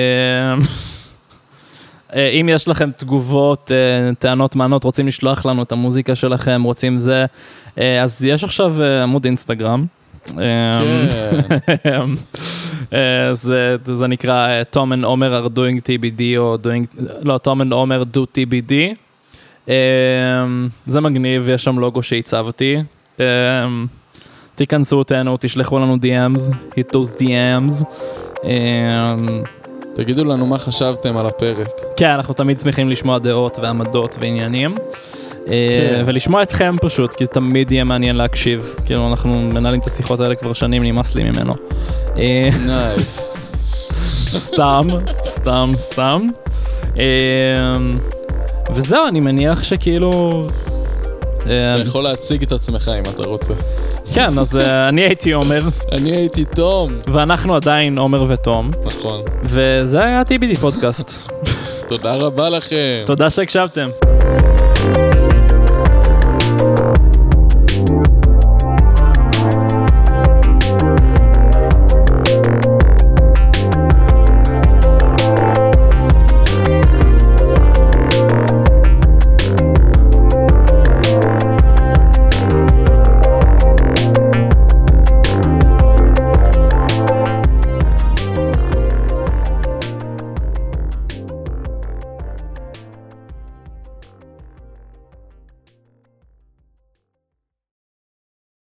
אם יש לכם תגובות, טענות, מענות, רוצים לשלוח לנו את המוזיקה שלכם, רוצים זה, אז יש עכשיו עמוד אינסטגרם. זה נקרא Tom and Omer are doing טי בי די, או doing, לא, Tom and Omer do טי בי די. זה מגניב, יש שם לוגו שהצבתי. תיכנסו אותנו, תשלחו לנו די אמס, hit those די אמס. תגידו לנו מה חשבתם על הפרק. כן, אנחנו תמיד שמחים לשמוע דעות ועמדות ועניינים. ולשמוע אתכם פשוט, כי תמיד יהיה מעניין להקשיב. כאילו, אנחנו מנהלים את השיחות האלה כבר שנים, נמאס לי ממנו. נייס. סתם, סתם, סתם. וזהו, אני מניח שכאילו... אתה יכול להציג את עצמך אם אתה רוצה. כן, אז אני הייתי עומר. אני הייתי תום. ואנחנו עדיין עומר ותום. נכון. וזה היה טי בי די פודקאסט. תודה רבה לכם. תודה שהקשבתם.